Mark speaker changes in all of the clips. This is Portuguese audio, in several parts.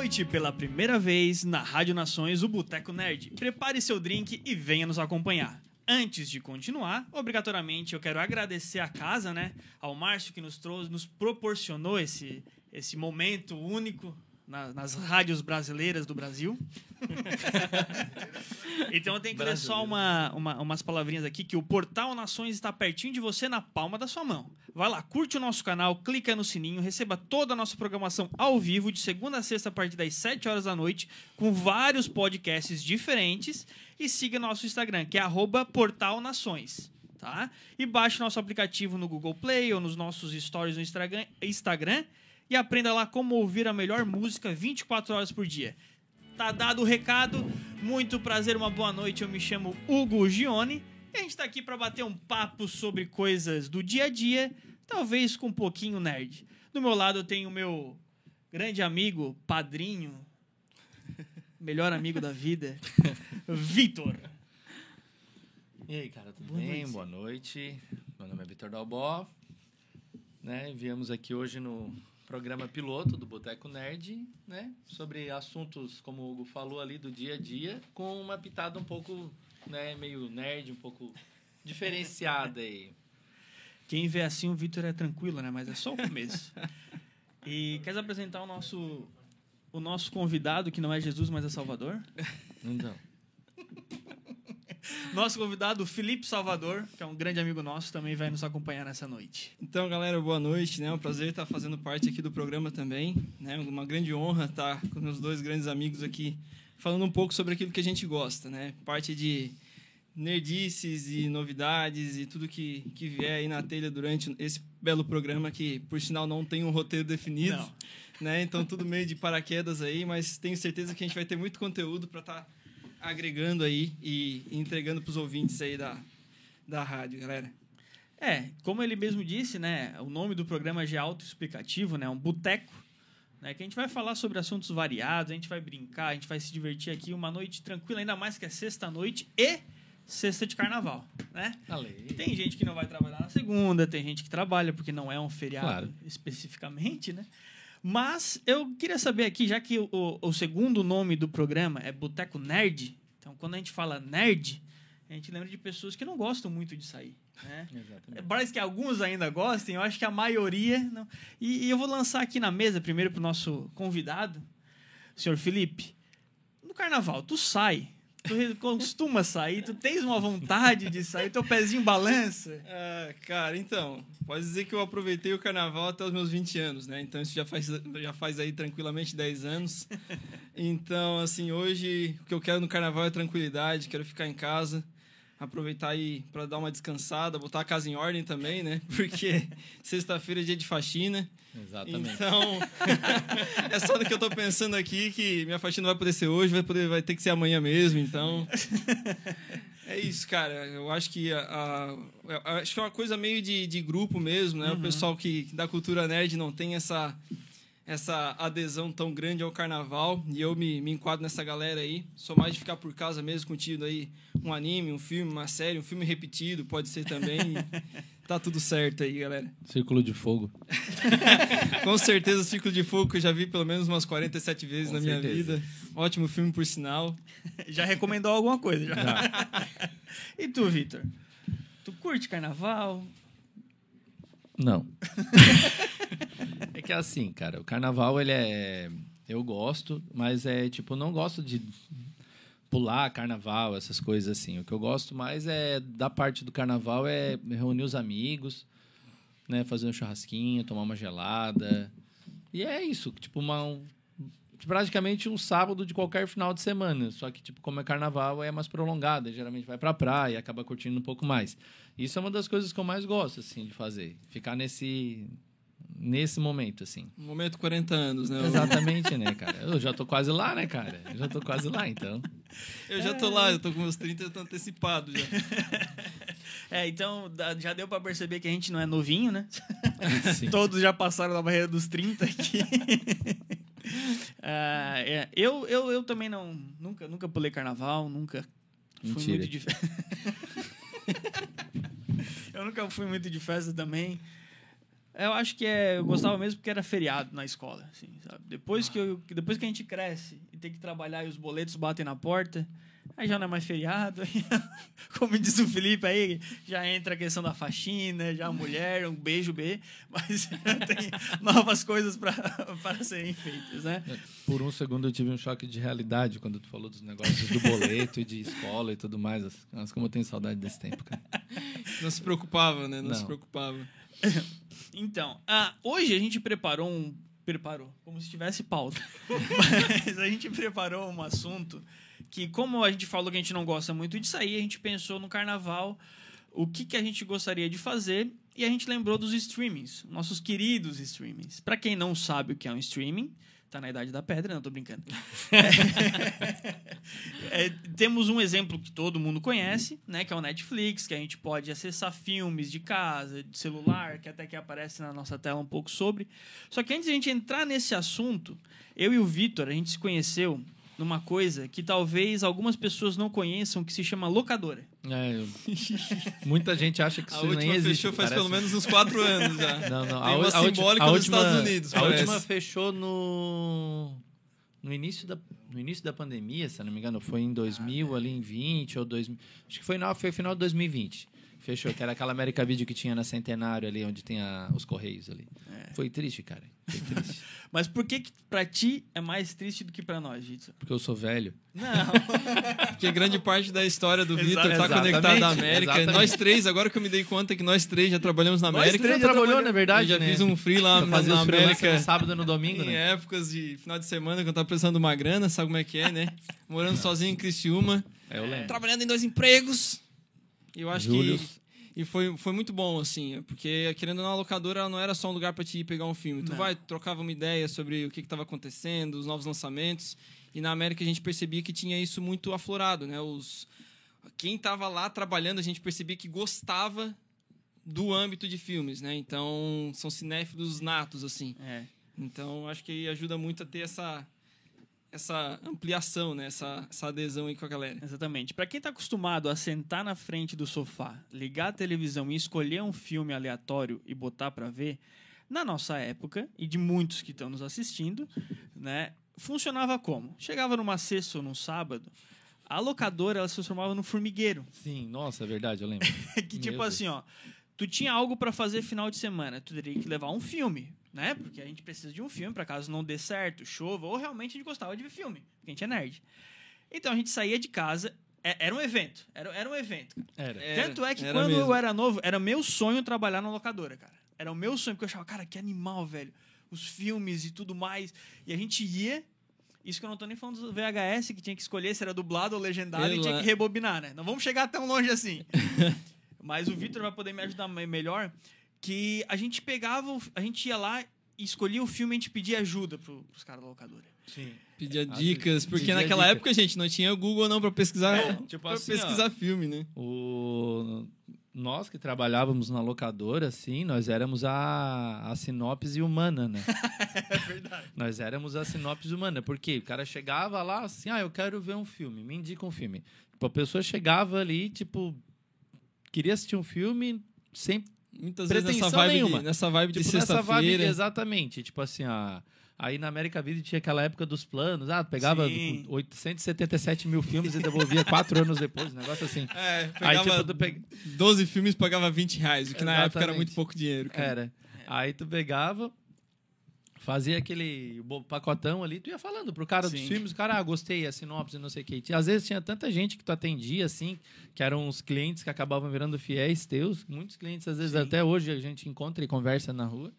Speaker 1: noite, pela primeira vez na Rádio Nações, o Boteco Nerd. Prepare seu drink e venha nos acompanhar. Antes de continuar, obrigatoriamente eu quero agradecer a casa, né, ao Márcio que nos proporcionou esse momento único nas rádios brasileiras do Brasil. Então eu tenho que ler só umas palavrinhas aqui, que o Portal Nações está pertinho de você, na palma da sua mão. Vai lá, curte o nosso canal, clica no sininho, receba toda a nossa programação ao vivo, de segunda a sexta, a partir das 7 horas da noite, com vários podcasts diferentes, e siga nosso Instagram, que é @portalnações, tá? E baixe nosso aplicativo no Google Play ou nos nossos stories no Instagram, e aprenda lá como ouvir a melhor música 24 horas por dia. Tá dado o recado, muito prazer, uma boa noite, eu me chamo Hugo Gione, e a gente tá aqui para bater um papo sobre coisas do dia a dia, talvez com um pouquinho nerd. Do meu lado eu tenho o meu grande amigo, padrinho, melhor amigo da vida, Vitor.
Speaker 2: E aí, cara, tudo bem? Boa noite. Meu nome é Vitor Dalbó, né? Viemos aqui hoje no programa piloto do Boteco Nerd, né? Sobre assuntos, como o Hugo falou ali, do dia a dia, com uma pitada um pouco, né, meio nerd, um pouco diferenciada aí.
Speaker 1: Quem vê assim o Vitor é tranquilo, né? Mas é só o começo. E queres apresentar o nosso convidado, que não é Jesus, mas é Salvador?
Speaker 2: Então.
Speaker 1: Nosso convidado, Felipe Salvador, que é um grande amigo nosso, também vai nos acompanhar nessa noite.
Speaker 3: Então, galera, boa noite, né? É um prazer estar fazendo parte aqui do programa também, né? Uma grande honra estar com meus dois grandes amigos aqui, falando um pouco sobre aquilo que a gente gosta, né? Parte de nerdices e novidades e tudo que vier aí na telha durante esse belo programa, que, por sinal, não tem um roteiro definido,
Speaker 1: não,
Speaker 3: né? Então, tudo meio de paraquedas aí, mas tenho certeza que a gente vai ter muito conteúdo para estar agregando aí e entregando para os ouvintes aí da rádio, galera.
Speaker 1: Como ele mesmo disse, né, o nome do programa já é autoexplicativo, né, um boteco, né, que a gente vai falar sobre assuntos variados, a gente vai brincar, a gente vai se divertir aqui, uma noite tranquila, ainda mais que é sexta-noite e sexta de carnaval, né? Tem gente que não vai trabalhar na segunda, tem gente que trabalha porque não é um feriado, claro, especificamente, né? Mas eu queria saber aqui, já que o segundo nome do programa é Boteco Nerd, então quando a gente fala nerd, a gente lembra de pessoas que não gostam muito de sair, né?
Speaker 2: Exatamente.
Speaker 1: Parece que alguns ainda gostem, eu acho que a maioria não. E eu vou lançar aqui na mesa primeiro para o nosso convidado, o senhor Felipe. No carnaval, tu sai, tu costuma sair, tu tens uma vontade de sair, teu pezinho balança?
Speaker 3: Cara, então, pode dizer que eu aproveitei o carnaval até os meus 20 anos, né? Então, isso já faz aí tranquilamente 10 anos. Então, assim, hoje o que eu quero no carnaval é tranquilidade, quero ficar em casa, aproveitar aí para dar uma descansada, botar a casa em ordem também, né? Porque sexta-feira é dia de faxina.
Speaker 2: Exatamente.
Speaker 3: Então, é só do que eu tô pensando aqui, que minha faxina não vai poder ser hoje, vai ter que ser amanhã mesmo, então... É isso, cara. Eu acho que acho que é uma coisa meio de grupo mesmo, né? Uhum. O pessoal que da cultura nerd não tem essa adesão tão grande ao carnaval, e eu me enquadro nessa galera aí. Sou mais de ficar por casa mesmo, curtindo aí um anime, um filme, uma série, um filme repetido, pode ser também. Tá tudo certo aí, galera.
Speaker 2: Círculo de Fogo.
Speaker 3: Com certeza, Círculo de Fogo, que eu já vi pelo menos umas 47 vezes na minha vida. Ótimo filme, por sinal.
Speaker 1: Já recomendou alguma coisa, já. E tu, Vitor? Tu curte carnaval?
Speaker 2: Não. É que assim, cara, o carnaval, ele é... Eu gosto, mas é tipo, não gosto de pular carnaval, essas coisas assim. O que eu gosto mais da parte do carnaval é reunir os amigos, né, fazer um churrasquinho, tomar uma gelada. E é isso, tipo, praticamente um sábado de qualquer final de semana. Só que, tipo, como é carnaval, é mais prolongado. Geralmente vai pra praia e acaba curtindo um pouco mais. Isso é uma das coisas que eu mais gosto, assim, de fazer. Ficar nesse momento, assim.
Speaker 3: Momento 40 anos, né?
Speaker 2: Exatamente, né, cara? Eu já tô quase lá, né, cara? Eu já tô quase lá, então.
Speaker 3: Eu já tô lá, eu tô com meus 30, eu tô antecipado já.
Speaker 1: Então, já deu pra perceber que a gente não é novinho, né?
Speaker 2: Sim.
Speaker 1: Todos já passaram da barreira dos 30 aqui. Eu também nunca pulei carnaval, nunca fui muito de Eu nunca fui muito de festa também. Eu acho que eu gostava mesmo porque era feriado na escola, assim, sabe? Depois que a gente cresce e tem que trabalhar e os boletos batem na porta, aí já não é mais feriado. Aí, como diz o Felipe aí, já entra a questão da faxina, já a mulher, um beijo, mas tem novas coisas para serem feitas, né?
Speaker 2: Por um segundo eu tive um choque de realidade quando tu falou dos negócios do boleto e de escola e tudo mais. Mas como eu tenho saudade desse tempo, cara.
Speaker 3: Não se preocupava, né? Não se preocupava.
Speaker 1: Então, hoje a gente preparou, como se tivesse pauta. Mas a gente preparou um assunto que, como a gente falou que a gente não gosta muito disso aí, a gente pensou no carnaval o que a gente gostaria de fazer e a gente lembrou dos streamings, nossos queridos streamings. Para quem não sabe o que é um streaming, tá na idade da pedra, não, tô brincando. Temos um exemplo que todo mundo conhece, né, que é o Netflix, que a gente pode acessar filmes de casa, de celular, que até que aparece na nossa tela um pouco sobre. Só que antes de a gente entrar nesse assunto, eu e o Vitor, a gente se conheceu numa coisa que talvez algumas pessoas não conheçam, que se chama locadora.
Speaker 2: Muita gente acha que isso nem existe.
Speaker 3: A última fechou faz pelo menos uns 4 anos já.
Speaker 2: Não.
Speaker 3: Tem uma simbólica nos Estados Unidos,
Speaker 2: A última fechou no início da pandemia, se não me engano. Foi em 2000, ali em 20 ou 2000. Acho que foi final de 2020. Fechou, que era aquela América Video que tinha na Centenário ali, onde tem os Correios ali. Foi triste, cara. Foi triste.
Speaker 1: Mas por que pra ti é mais triste do que pra nós, Jitson?
Speaker 2: Porque eu sou velho.
Speaker 1: Não.
Speaker 3: Porque grande parte da história do Vitor tá conectada à América.
Speaker 2: Exatamente.
Speaker 3: Nós três, agora que eu me dei conta que nós três já trabalhamos na América.
Speaker 2: Nós três já trabalhou, na verdade,
Speaker 3: eu já fiz um free lá na América.
Speaker 2: No sábado e no domingo,
Speaker 3: em
Speaker 2: né?
Speaker 3: épocas de final de semana, quando eu tava precisando de uma grana, sabe como é que é, né? Morando sozinho em Criciúma.
Speaker 2: Eu lembro.
Speaker 3: Trabalhando em 2 empregos. E eu acho
Speaker 2: Július.
Speaker 3: que... E foi muito bom, assim, porque, querendo ou não, a locadora ela não era só um lugar para te ir pegar um filme. Tu trocava uma ideia sobre o que estava acontecendo, os novos lançamentos. E na América a gente percebia que tinha isso muito aflorado, né? Quem estava lá trabalhando, a gente percebia que gostava do âmbito de filmes, né? Então, são cinéfilos natos, assim. Então, acho que ajuda muito a ter essa ampliação, né? Essa adesão aí com a galera.
Speaker 1: Exatamente. Para quem está acostumado a sentar na frente do sofá, ligar a televisão e escolher um filme aleatório e botar para ver, na nossa época, e de muitos que estão nos assistindo, né, funcionava como? Chegava numa sexta ou num sábado, a locadora ela se transformava no formigueiro.
Speaker 2: Sim, nossa, é verdade, eu lembro.
Speaker 1: Que tipo assim, ó, tu tinha algo para fazer final de semana, tu teria que levar um filme, né? Porque a gente precisa de um filme para caso não dê certo, chova, ou realmente a gente gostava de ver filme, porque a gente é nerd. Então a gente saía de casa, era um evento, era um evento. Tanto é que quando
Speaker 3: mesmo.
Speaker 1: eu era novo, era meu sonho trabalhar na locadora, cara. Era o meu sonho, porque eu achava, cara, que animal, velho. Os filmes e tudo mais. E a gente ia, isso que eu não tô nem falando do VHS, que tinha que escolher se era dublado ou legendado e tinha que rebobinar, né? Não vamos chegar tão longe assim. Mas o Vitor vai poder me ajudar melhor, que a gente ia lá e escolhia o filme e a gente pedia ajuda pros caras da locadora.
Speaker 2: Sim.
Speaker 3: Pedia dicas, porque naquela época, gente, não tinha Google não para pesquisar, pesquisar filme, né?
Speaker 2: Nós que trabalhávamos na locadora, assim, nós éramos a sinopse humana, né?
Speaker 1: É verdade.
Speaker 2: Nós éramos a sinopse humana, porque o cara chegava lá assim, eu quero ver um filme, me indica um filme. Tipo, a pessoa chegava ali, tipo, queria assistir um filme sem
Speaker 3: muitas vezes nessa vibe de
Speaker 2: tipo,
Speaker 3: sexta-feira.
Speaker 2: Exatamente. Tipo assim, aí na América Video tinha aquela época dos planos. Pegava 877 mil filmes e devolvia 4 anos depois. Um negócio assim.
Speaker 3: Pegava aí, 12 filmes e pagava R$20, o que na época era muito pouco dinheiro. Cara.
Speaker 2: Era. Aí tu pegava, fazia aquele pacotão ali, tu ia falando pro cara dos filmes, o cara, gostei, a sinopse, não sei o que. Às vezes tinha tanta gente que tu atendia, assim, que eram os clientes que acabavam virando fiéis teus. Muitos clientes, às vezes, até hoje a gente encontra e conversa na rua.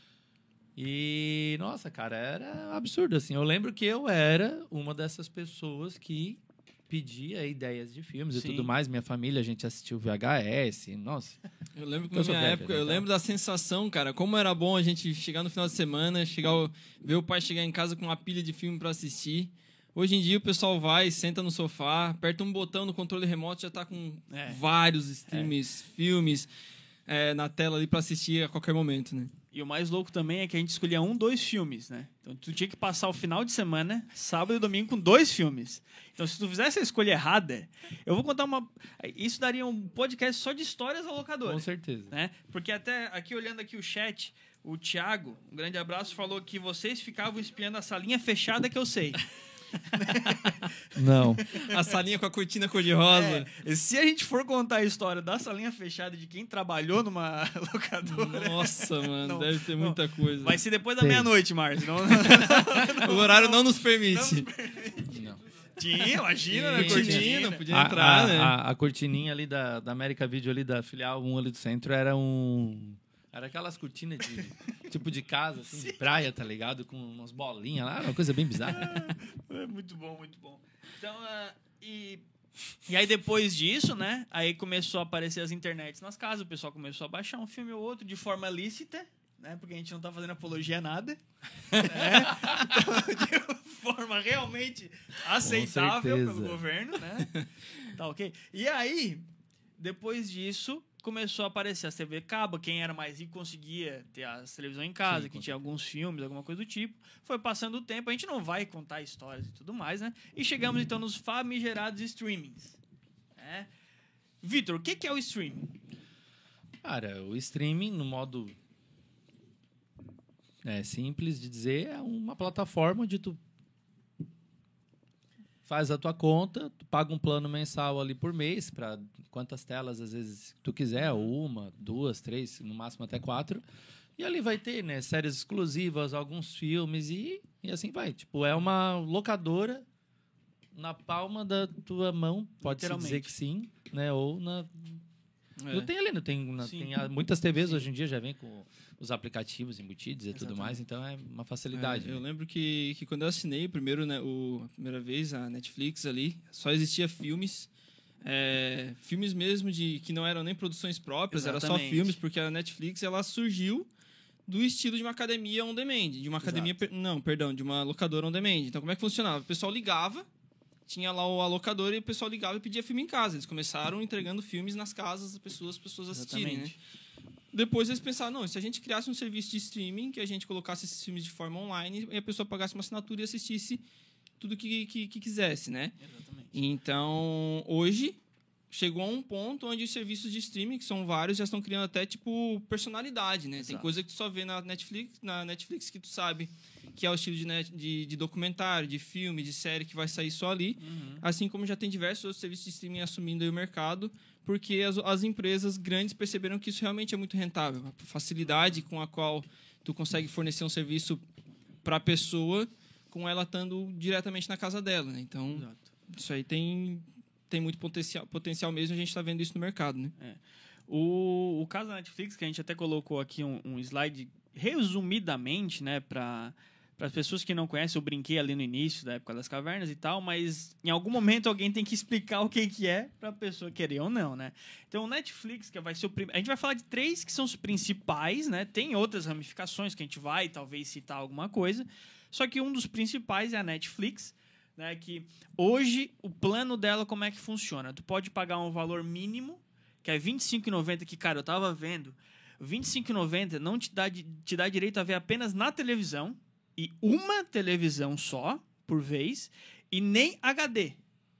Speaker 2: E, nossa, cara, era absurdo, assim. Eu lembro que eu era uma dessas pessoas que pedia ideias de filmes e tudo mais. Minha família, a gente assistiu VHS, nossa.
Speaker 3: Eu lembro que na minha época, eu lembro da sensação, cara, como era bom a gente chegar no final de semana, ver o pai chegar em casa com uma pilha de filme para assistir. Hoje em dia o pessoal vai, senta no sofá, aperta um botão no controle remoto, já tá com vários streams, filmes na tela ali para assistir a qualquer momento, né?
Speaker 1: E o mais louco também é que a gente escolhia 2 filmes, né? Então, tu tinha que passar o final de semana, sábado e domingo, com 2 filmes. Então, se tu fizesse a escolha errada, eu vou contar uma... Isso daria um podcast só de histórias alocadoras.
Speaker 2: Com certeza.
Speaker 1: Né? Porque até aqui, olhando aqui o chat, o Thiago, um grande abraço, falou que vocês ficavam espiando a salinha fechada que eu sei.
Speaker 2: Não.
Speaker 3: A salinha com a cortina cor-de-rosa.
Speaker 1: Se a gente for contar a história da salinha fechada de quem trabalhou numa locadora...
Speaker 3: Nossa, mano,
Speaker 1: Não,
Speaker 3: deve ter muita coisa.
Speaker 1: Vai ser depois da meia-noite, Márcio.
Speaker 3: O horário não nos permite.
Speaker 2: Não.
Speaker 1: Tinha, imagina, né?
Speaker 3: Cortina, não podia entrar, né?
Speaker 2: A cortininha ali da América Video, ali da filial 1 ali do centro, era aquelas cortinas de tipo de casa, assim, de praia, tá ligado? Com umas bolinhas lá, uma coisa bem bizarra.
Speaker 1: Muito bom, muito bom. Então, e aí depois disso, né? Aí começou a aparecer as internets nas casas, o pessoal começou a baixar um filme ou outro de forma lícita, né? Porque a gente não tá fazendo apologia a nada. Né? Então, de forma realmente aceitável pelo governo, né? Tá ok? E aí, depois disso, começou a aparecer as TV cabo, quem era mais rico conseguia ter as televisões em casa, que tinha alguns filmes, alguma coisa do tipo. Foi passando o tempo, a gente não vai contar histórias e tudo mais, né? E chegamos, então, nos famigerados streamings. Né? Vitor, o que é o streaming?
Speaker 2: Cara, o streaming, no modo simples de dizer, é uma plataforma onde tu faz a tua conta, tu paga um plano mensal ali por mês, para quantas telas, às vezes, tu quiser, 1, 2, 3, no máximo até 4. E ali vai ter, né, séries exclusivas, alguns filmes e assim vai. Tipo, é uma locadora na palma da tua mão, pode-se dizer que sim, né, ou na... Não tem ali, não tem, muitas TVs hoje em dia já vem com os aplicativos embutidos e tudo mais, então é uma facilidade.
Speaker 3: Eu lembro que quando eu assinei a primeira vez a Netflix ali, só existia filmes, filmes mesmo que não eram nem produções próprias, era só filmes, porque a Netflix ela surgiu do estilo de uma academia on demand, de uma locadora on demand. Então como é que funcionava? O pessoal ligava, tinha lá a locadora e o pessoal ligava e pedia filme em casa. Eles começaram entregando filmes nas casas das pessoas assistirem, né? Depois eles pensaram, não, se a gente criasse um serviço de streaming, que a gente colocasse esses filmes de forma online e a pessoa pagasse uma assinatura e assistisse tudo que quisesse, né?
Speaker 1: Exatamente.
Speaker 3: Então, hoje, chegou a um ponto onde os serviços de streaming, que são vários, já estão criando até, tipo, personalidade, né? Tem coisa que tu só vê na Netflix que tu sabe que é o estilo de documentário, de filme, de série que vai sair só ali. Assim como já tem diversos outros serviços de streaming assumindo aí o mercado, porque as empresas grandes perceberam que isso realmente é muito rentável. A facilidade com a qual tu consegue fornecer um serviço para a pessoa, com ela estando diretamente na casa dela, né? Então, isso aí tem muito potencial mesmo, a gente está vendo isso no mercado, né?
Speaker 1: O caso da Netflix, que a gente até colocou aqui um slide resumidamente, né, para as pessoas que não conhecem, eu brinquei ali no início da época das cavernas e tal, mas em algum momento alguém tem que explicar o que é para a pessoa querer ou não, né? Então, o Netflix, que vai ser a gente vai falar de 3 que são os principais, né? Tem outras ramificações que a gente vai talvez citar alguma coisa, só que um dos principais é a Netflix, né? Que hoje o plano dela como é que funciona? Tu pode pagar um valor mínimo, que é R$25,90, que, cara, eu tava vendo, R$25,90 não te dá direito a ver apenas na televisão, e uma televisão só, por vez, e nem HD.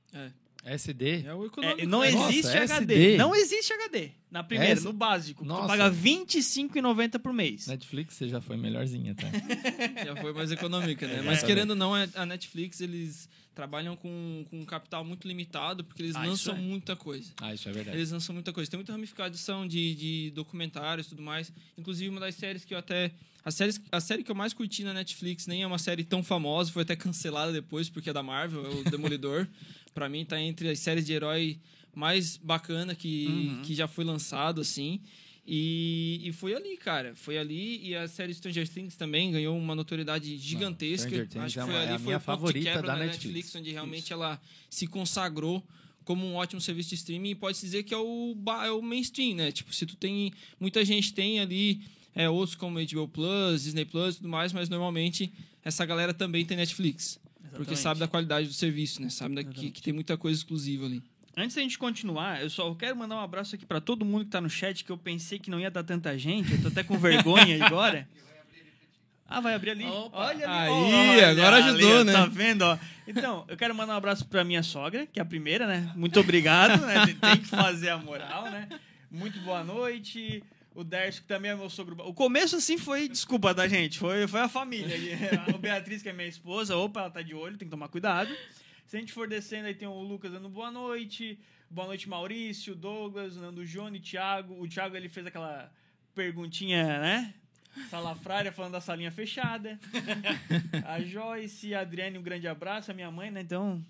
Speaker 2: SD?
Speaker 3: É o econômico.
Speaker 1: Não existe HD.
Speaker 2: SD.
Speaker 1: Não existe HD. Na primeira, no básico. Tu paga R$25,90 por mês.
Speaker 2: Netflix você já foi melhorzinha, tá?
Speaker 3: Já foi mais econômica, né? Mas querendo ou não, a Netflix, eles trabalham com um capital muito limitado, porque eles lançam muita coisa.
Speaker 2: Isso é verdade.
Speaker 3: Eles lançam muita coisa. Tem muita ramificação de documentários e tudo mais. Inclusive, uma das séries que eu até... A série que eu mais curti na Netflix nem é uma série tão famosa, foi até cancelada depois, porque é da Marvel, é o Demolidor. Pra mim, tá entre as séries de herói mais bacana que já foi lançado, assim. E foi ali, cara. Foi ali. E a série Stranger Things também ganhou uma notoriedade gigantesca.
Speaker 2: Acho que foi ali, foi a favorita da Netflix,
Speaker 3: onde realmente ela se consagrou como um ótimo serviço de streaming. E pode-se dizer que é o mainstream, né? Tipo, se tu tem... Muita gente tem ali outros como HBO Plus, Disney Plus e tudo mais, mas normalmente essa galera também tem Netflix. Exatamente. Porque sabe da qualidade do serviço, né? Sabe que tem muita coisa exclusiva ali.
Speaker 1: antes da gente continuar, eu só quero mandar um abraço aqui pra todo mundo que tá no chat, que eu pensei que não ia dar tanta gente. Eu tô até com vergonha agora. Ah, vai abrir ali.
Speaker 3: Opa.
Speaker 1: Olha ali.
Speaker 3: Aí,
Speaker 1: Olha
Speaker 3: agora ajudou,
Speaker 1: ali,
Speaker 3: né?
Speaker 1: Tá vendo, ó? Então, eu quero mandar um abraço pra minha sogra, que é a primeira, né? Muito obrigado, né? Tem que fazer a moral, né? Muito boa noite. O Dércio, que também é meu sogro. O começo, assim, foi desculpa da gente. Foi a família. A Beatriz, que é minha esposa. Opa, ela tá de olho, tem que tomar cuidado. Se a gente for descendo, aí tem o Lucas dando boa noite. Boa noite, Maurício, Douglas, Nando Jônio, Thiago. O Thiago, ele fez aquela perguntinha, né? Salafrária, falando da salinha fechada. A Joyce e a Adriane, um grande abraço. A minha mãe, né? Então,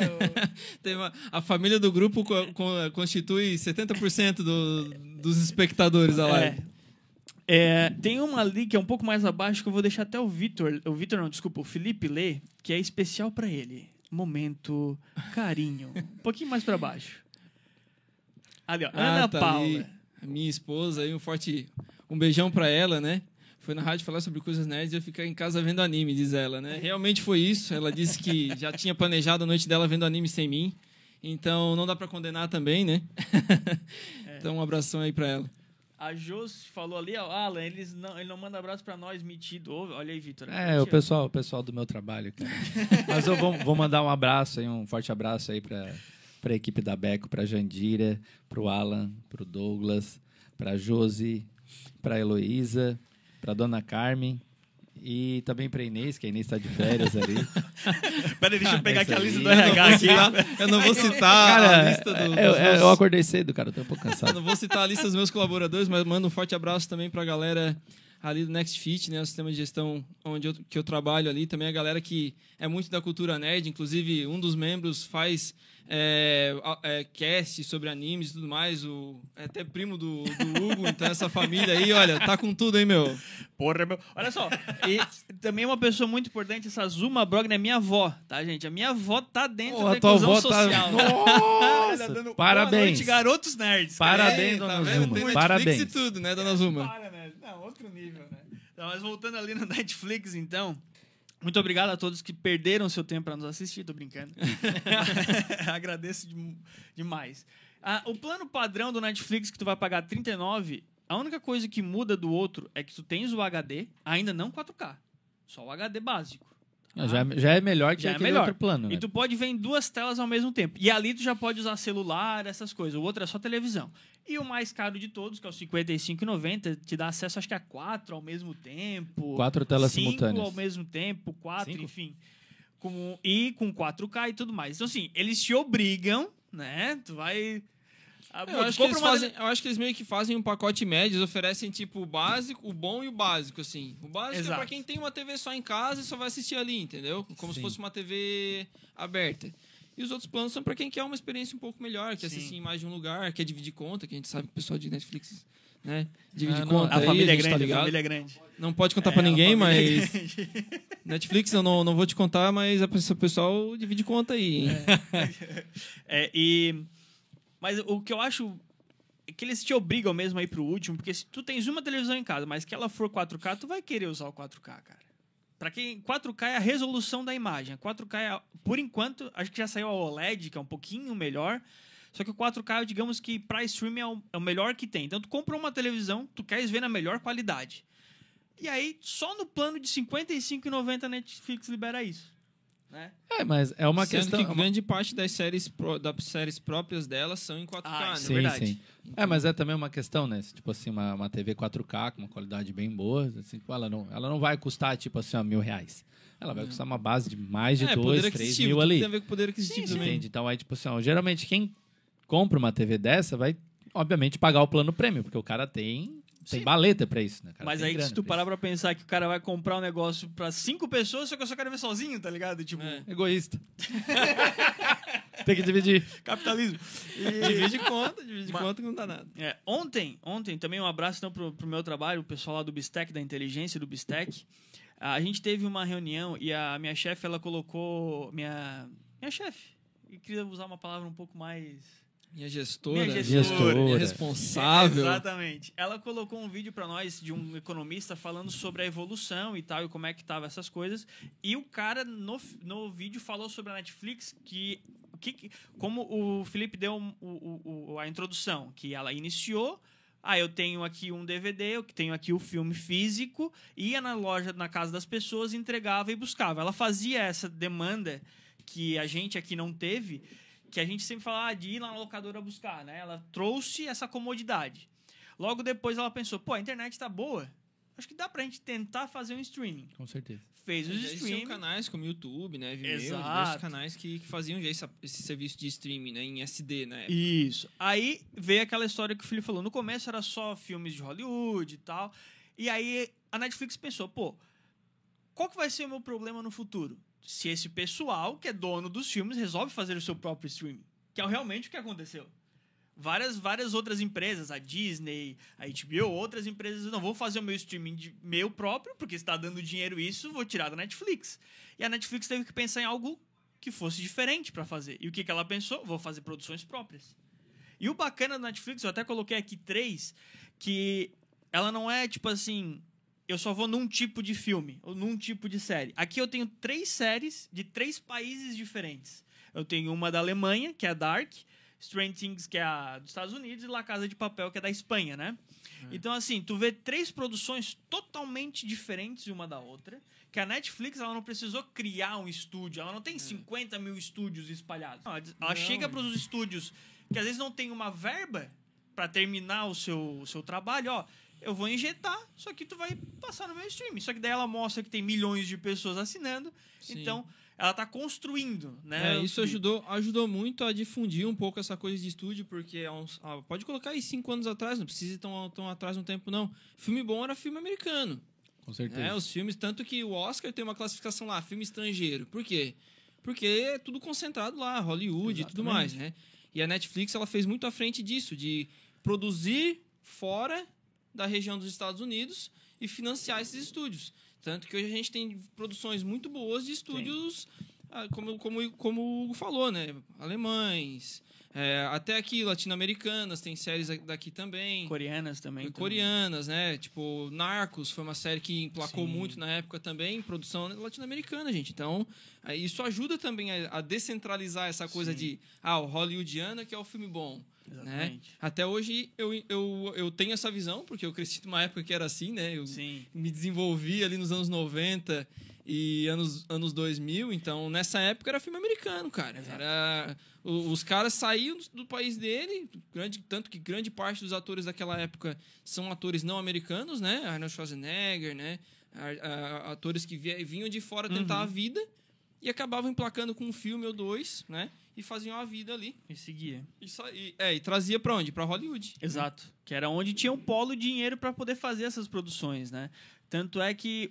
Speaker 3: A família do grupo constitui 70% dos espectadores da live.
Speaker 1: Tem uma ali que é um pouco mais abaixo que eu vou deixar até o Vitor. O Vitor não, desculpa, o Felipe ler, que é especial pra ele. Momento carinho. Um pouquinho mais pra baixo. Ali, ó. Ana
Speaker 3: tá
Speaker 1: Paula.
Speaker 3: ali, a minha esposa, aí um beijão pra ela, né? Foi na rádio falar sobre coisas nerds e eu ficar em casa vendo anime, diz ela, né? Realmente foi isso. Ela disse que já tinha planejado a noite dela vendo anime sem mim. Então não dá pra condenar também, né? Então um abração aí pra ela.
Speaker 1: A Jos falou ali, ó, Alan, ele não manda abraço pra nós, metido. Olha aí, Vitor.
Speaker 2: O pessoal do meu trabalho, cara. Mas eu vou mandar um abraço aí, um forte abraço aí pra equipe da Beco, pra Jandira, pro Alan, pro Douglas, pra Josi, pra Heloísa, pra Dona Carmen e também pra Inês, que a Inês tá de férias ali.
Speaker 1: Peraí, deixa eu pegar aqui a lista do
Speaker 3: Eu não
Speaker 1: RH
Speaker 3: vou
Speaker 1: aqui.
Speaker 3: citar- Eu não vou citar a lista dos meus...
Speaker 2: Eu acordei cedo, cara, eu tô um pouco
Speaker 3: Eu
Speaker 2: cansado.
Speaker 3: não vou citar a lista dos meus colaboradores, mas mando um forte abraço também pra galera ali do Next Fit, né, o sistema de gestão que eu trabalho ali. Também a galera que é muito da cultura nerd, inclusive um dos membros faz cast sobre animes e tudo mais, é até primo do Hugo, então essa família aí, olha, tá com tudo, hein, meu?
Speaker 1: Porra, meu. Olha só, e também uma pessoa muito importante, essa Zuma Brogna é minha avó, tá, gente? A minha avó tá dentro da
Speaker 2: A tua
Speaker 1: inclusão
Speaker 2: avó
Speaker 1: social.
Speaker 2: tá...
Speaker 1: Olha,
Speaker 2: Nossa,
Speaker 1: dando
Speaker 2: parabéns.
Speaker 1: boa noite, garotos nerds.
Speaker 2: Parabéns,
Speaker 3: Tá
Speaker 2: dona
Speaker 3: vendo?
Speaker 2: Zuma.
Speaker 3: Tem Netflix
Speaker 2: Parabéns.
Speaker 3: e tudo, né, dona Zuma?
Speaker 1: Para, né? Não, outro nível, né? Então, mas voltando ali no Netflix, então... Muito obrigado a todos que perderam seu tempo para nos assistir, tô brincando. Agradeço demais. O plano padrão do Netflix que tu vai pagar R$39, a única coisa que muda do outro é que tu tens o HD, ainda não 4K, só o HD básico.
Speaker 2: Já é melhor que
Speaker 1: Já é
Speaker 2: aquele
Speaker 1: melhor.
Speaker 2: outro plano, né?
Speaker 1: E tu pode ver em 2 telas ao mesmo tempo. E ali tu já pode usar celular, essas coisas. O outro é só televisão. E o mais caro de todos, que é o R$55,90, te dá acesso, acho que a 4 ao mesmo tempo.
Speaker 2: 4 telas
Speaker 1: 5
Speaker 2: simultâneas.
Speaker 1: ao mesmo tempo, 4,
Speaker 2: 5?
Speaker 1: enfim. Com 4K e tudo mais. Então, assim, eles te obrigam, né? Tu vai...
Speaker 3: Eu acho que eles meio que fazem um pacote médio, eles oferecem tipo o básico, o bom e o básico, assim. O básico
Speaker 1: Exato.
Speaker 3: é pra quem tem uma TV só em casa e só vai assistir ali, entendeu? Como se
Speaker 2: Sim.
Speaker 3: fosse uma TV aberta. E os outros planos são pra quem quer uma experiência um pouco melhor, quer
Speaker 1: Sim.
Speaker 3: assistir em mais de um lugar, quer dividir conta, que a gente sabe que o pessoal de Netflix, né? Divide
Speaker 2: não,
Speaker 3: conta
Speaker 1: A
Speaker 3: aí,
Speaker 1: família é
Speaker 3: gente tá
Speaker 1: grande, a
Speaker 3: ligado.
Speaker 1: família é grande.
Speaker 3: Não pode contar pra ninguém,
Speaker 1: a família
Speaker 3: mas...
Speaker 1: é grande.
Speaker 3: Netflix eu não vou te contar, mas o pessoal divide conta aí, hein?
Speaker 1: Mas o que eu acho é que eles te obrigam mesmo a ir pro último, porque se tu tens uma televisão em casa, mas que ela for 4K, tu vai querer usar o 4K, cara. Pra quem 4K é a resolução da imagem. 4K por enquanto, acho que já saiu a OLED, que é um pouquinho melhor. Só que o 4K, digamos que pra streaming é o melhor que tem. Então tu comprou uma televisão, tu queres ver na melhor qualidade. E aí, só no plano de R$55,90 a Netflix libera isso. Né?
Speaker 2: Mas é uma
Speaker 3: Sendo
Speaker 2: questão...
Speaker 3: que grande parte das séries próprias delas são em 4K, né?
Speaker 1: isso é verdade.
Speaker 2: Sim. Mas é também uma questão, né? Tipo assim, uma TV 4K com uma qualidade bem boa, assim, ela não vai custar, tipo assim, R$1.000. Ela vai custar uma base de mais de 2, 3 mil ali.
Speaker 3: Tem a ver com poder aquisitivo também.
Speaker 2: Entende? Então, aí, tipo assim, geralmente quem compra uma TV dessa vai, obviamente, pagar o plano prêmio, porque o cara tem baleta pra isso, né? O cara
Speaker 1: Mas
Speaker 2: tem
Speaker 1: aí,
Speaker 2: grana
Speaker 1: se tu
Speaker 2: pra
Speaker 1: parar pra pensar que o cara vai comprar um negócio pra 5 pessoas, só que eu só quero ver sozinho, tá ligado? Tipo,
Speaker 2: isso. Egoísta. Tem que dividir.
Speaker 1: capitalismo.
Speaker 3: Divide conta que não dá nada.
Speaker 1: Ontem, também um abraço então, pro meu trabalho, o pessoal lá do Bistec, da inteligência do Bistec. A gente teve uma reunião e a minha chefe, ela colocou... Minha chefe, eu queria usar uma palavra um pouco mais...
Speaker 3: Minha gestora.
Speaker 2: Gestora.
Speaker 3: Responsável.
Speaker 1: Exatamente. Ela colocou um vídeo para nós de um economista falando sobre a evolução e tal, e como é que tava essas coisas. E o cara, no vídeo, falou sobre a Netflix, que como o Felipe deu a introdução, que ela iniciou. Eu tenho aqui um DVD, eu tenho aqui o filme físico, ia na loja, na casa das pessoas, entregava e buscava. Ela fazia essa demanda que a gente aqui não teve, que a gente sempre fala de ir na locadora buscar, né? Ela trouxe essa comodidade. Logo depois ela pensou, a internet tá boa, acho que dá pra gente tentar fazer um streaming.
Speaker 2: Com certeza.
Speaker 1: Fez os
Speaker 3: Existiam
Speaker 1: streaming.
Speaker 3: canais como YouTube, né? Vimeo,
Speaker 1: Exato.
Speaker 3: diversos canais que faziam já esse serviço de streaming, né? Em SD, né?
Speaker 1: Isso. Aí veio aquela história que o Felipe falou. No começo era só filmes de Hollywood e tal. E aí a Netflix pensou, qual que vai ser o meu problema no futuro? Se esse pessoal, que é dono dos filmes, resolve fazer o seu próprio streaming. Que é realmente o que aconteceu. Várias outras empresas, a Disney, a HBO, outras empresas, não vou fazer o meu streaming meu próprio, porque está dando dinheiro isso, vou tirar da Netflix. E a Netflix teve que pensar em algo que fosse diferente para fazer. E o que ela pensou? Vou fazer produções próprias. E o bacana da Netflix, eu até coloquei aqui 3, que ela não é tipo assim, eu só vou num tipo de filme, ou num tipo de série. Aqui eu tenho 3 séries de 3 países diferentes. Eu tenho uma da Alemanha, que é a Dark, Stranger Things, que é a dos Estados Unidos, e La Casa de Papel, que é da Espanha, né? Então, assim, tu vê 3 produções totalmente diferentes uma da outra, que a Netflix, ela não precisou criar um estúdio, ela não tem 50 mil estúdios espalhados. Ela chega para os estúdios que às vezes não tem uma verba para terminar o seu trabalho, eu vou injetar, só que tu vai passar no meu streaming. Só que daí ela mostra que tem milhões de pessoas assinando, então ela tá construindo, né?
Speaker 3: Isso ajudou muito a difundir um pouco essa coisa de estúdio, porque pode colocar aí 5 anos atrás, não precisa ir tão atrás no tempo, não. Filme bom era filme americano.
Speaker 2: Com certeza.
Speaker 3: Os filmes, tanto que o Oscar tem uma classificação lá, filme estrangeiro. Por quê? Porque é tudo concentrado lá, Hollywood. Exatamente. E tudo mais, né? E a Netflix, ela fez muito à frente disso, de produzir fora da região dos Estados Unidos e financiar esses estúdios. Tanto que hoje a gente tem produções muito boas de estúdios, como o Hugo falou, né? Alemães, até aqui, latino-americanas, tem séries daqui também.
Speaker 1: Coreanas também.
Speaker 3: Coreanas, né? Tipo, Narcos foi uma série que emplacou muito na época também, produção latino-americana, gente. Então, isso ajuda também a descentralizar essa coisa de, o hollywoodiano que é o filme bom. Né? Até hoje eu tenho essa visão, porque eu cresci numa época que era assim, né? Eu me desenvolvi ali nos anos 90 e anos 2000, então nessa época era filme americano, cara. Os caras saíam do país dele, tanto que grande parte dos atores daquela época são atores não americanos, né? Arnold Schwarzenegger, né? Atores que vinham de fora tentar a vida e acabavam emplacando com um filme ou 2, né? E faziam a vida ali.
Speaker 1: E seguia.
Speaker 3: E trazia pra onde? Pra Hollywood.
Speaker 1: Exato. Que era onde tinha um polo de dinheiro para poder fazer essas produções, né? Tanto é que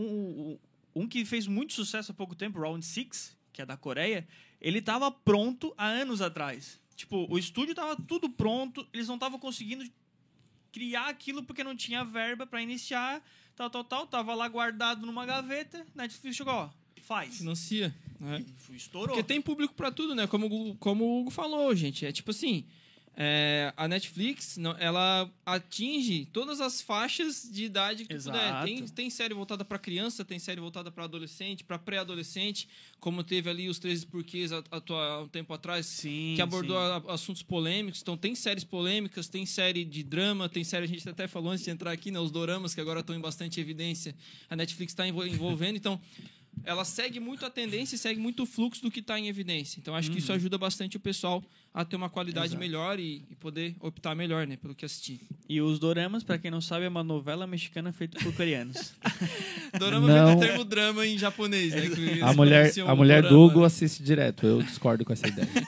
Speaker 1: um que fez muito sucesso há pouco tempo, Round 6, que é da Coreia, ele tava pronto há anos atrás. Tipo, o estúdio tava tudo pronto, eles não estavam conseguindo criar aquilo porque não tinha verba para iniciar, tava lá guardado numa gaveta, Netflix chegou, faz.
Speaker 3: Financia.
Speaker 1: Estourou.
Speaker 3: Porque tem público pra tudo, né? Como o Hugo falou, gente. É tipo assim, a Netflix, ela atinge todas as faixas de idade que tu puder. Tem série voltada pra criança, tem série voltada pra adolescente, pra pré-adolescente, como teve ali os 13 Porquês há um tempo atrás, que abordou assuntos polêmicos. Então tem séries polêmicas, tem série de drama, tem série, a gente até falou antes de entrar aqui, né? Os doramas, que agora estão em bastante evidência. A Netflix está envolvendo, então ela segue muito a tendência e segue muito o fluxo do que está em evidência. Então, acho que isso ajuda bastante o pessoal a ter uma qualidade melhor e poder optar melhor, né, pelo que assistir.
Speaker 1: E os doramas, para quem não sabe, é uma novela mexicana feita por coreanos.
Speaker 3: Dorama vem do termo drama em japonês, né?
Speaker 2: A mulher do Hugo assiste direto. Eu discordo com essa ideia.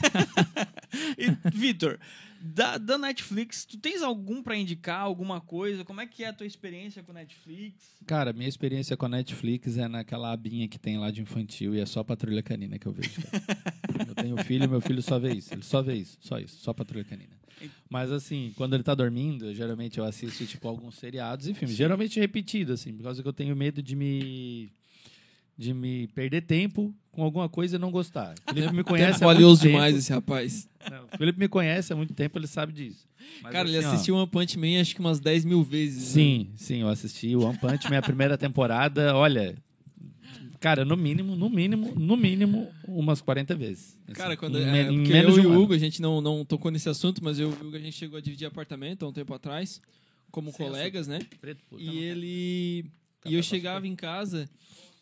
Speaker 1: E, Vitor, da Netflix, tu tens algum para indicar, alguma coisa? Como é que é a tua experiência com Netflix?
Speaker 2: Cara, minha experiência com a Netflix é naquela abinha que tem lá de infantil e é só Patrulha Canina que eu vejo. Eu tenho filho, meu filho só vê isso. Ele só vê isso, só Patrulha Canina. Mas assim, quando ele tá dormindo, geralmente eu assisto tipo alguns seriados e filmes. Geralmente repetido, assim, por causa que eu tenho medo de me perder tempo com alguma coisa e não gostar. O Felipe me conhece
Speaker 3: valioso demais esse rapaz.
Speaker 2: Não, o Felipe me conhece há muito tempo, ele sabe disso. Mas,
Speaker 3: cara,
Speaker 2: assim,
Speaker 3: ele assistiu One Punch Man acho que umas 10 mil vezes.
Speaker 2: Sim, eu assisti o One Punch Man, a primeira temporada, olha, Cara, no mínimo, umas 40 vezes. Assim,
Speaker 3: Cara, quando
Speaker 2: em
Speaker 3: porque
Speaker 2: menos
Speaker 3: eu
Speaker 2: de
Speaker 3: e
Speaker 2: um
Speaker 3: o
Speaker 2: ano.
Speaker 3: Hugo, a gente não tocou nesse assunto, mas eu e o Hugo, a gente chegou a dividir apartamento há um tempo atrás, como colegas, né?
Speaker 2: Preto, puta,
Speaker 3: E ele... E eu chegava em casa...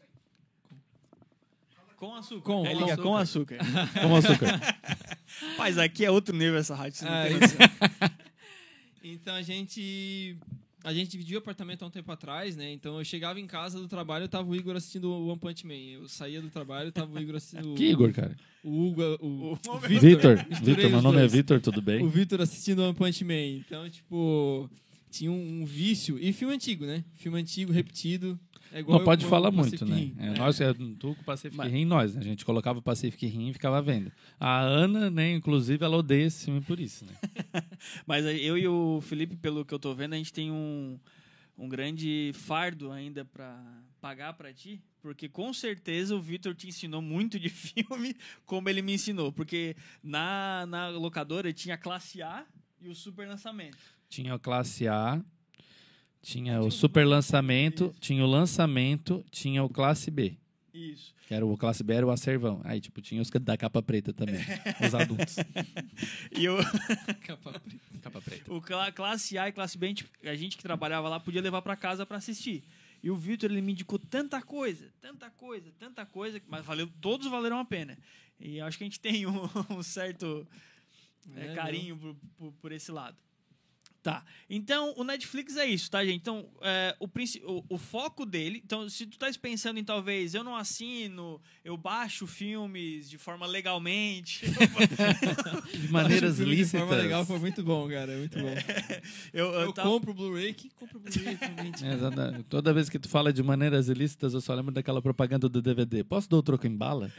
Speaker 1: Com açúcar.
Speaker 3: Com
Speaker 1: Liga
Speaker 3: açúcar.
Speaker 1: com açúcar.
Speaker 2: Com açúcar.
Speaker 1: Mas aqui é outro nível essa rádio, você não tem
Speaker 3: É,
Speaker 1: noção.
Speaker 3: Então a gente dividiu o apartamento há um tempo atrás, né? Então eu chegava em casa do trabalho, tava o Igor assistindo o One Punch Man. Eu saía do trabalho, tava o Igor assistindo...
Speaker 2: Que Igor, cara?
Speaker 3: O Hugo... O
Speaker 2: Vitor.
Speaker 3: Misturei
Speaker 2: Vitor, meu
Speaker 3: os
Speaker 2: nome é
Speaker 3: dois.
Speaker 2: Vitor, tudo bem?
Speaker 3: O Vitor assistindo One Punch Man. Então, tipo... Tinha um vício. E filme antigo, né? Filme antigo, repetido. É igual
Speaker 2: Não pode
Speaker 3: eu
Speaker 2: falar
Speaker 3: amo
Speaker 2: muito,
Speaker 3: Pacific
Speaker 2: né?
Speaker 3: Rim.
Speaker 2: Nós, tu com o Pacific Rim, nós, né? A gente colocava o Pacific Rim e ficava vendo. A Ana, né, inclusive, ela odeia esse filme por isso, né?
Speaker 1: Mas eu e o Felipe, pelo que eu tô vendo, a gente tem um grande fardo ainda pra pagar pra ti, porque com certeza o Vitor te ensinou muito de filme, como ele me ensinou, porque na locadora tinha a classe A e o super lançamento.
Speaker 2: Tinha a classe A, tinha o super lançamento, tinha o lançamento, tinha o classe B.
Speaker 1: Isso.
Speaker 2: Que era o classe B, era o acervão. Aí, tipo, tinha os da capa preta também, os adultos.
Speaker 1: E o
Speaker 2: Capa preta.
Speaker 1: classe A e classe B, a gente que trabalhava lá podia levar pra casa pra assistir. E o Vitor, ele me indicou tanta coisa, mas todos valeram a pena. E acho que a gente tem um certo carinho por esse lado. Tá, então o Netflix é isso, tá, gente? Então, o foco dele... Então, se tu tá pensando em talvez eu não assino, eu baixo filmes de forma legalmente...
Speaker 2: De maneiras
Speaker 3: De
Speaker 2: lícitas.
Speaker 3: forma legal, foi muito bom, cara. É muito bom. Eu
Speaker 1: tava-
Speaker 3: compro o Blu-ray. Quem compra o Blu-ray atualmente?
Speaker 2: Exatamente. Toda vez que tu fala de maneiras ilícitas, eu só lembro daquela propaganda do DVD. Posso dar o troco em bala?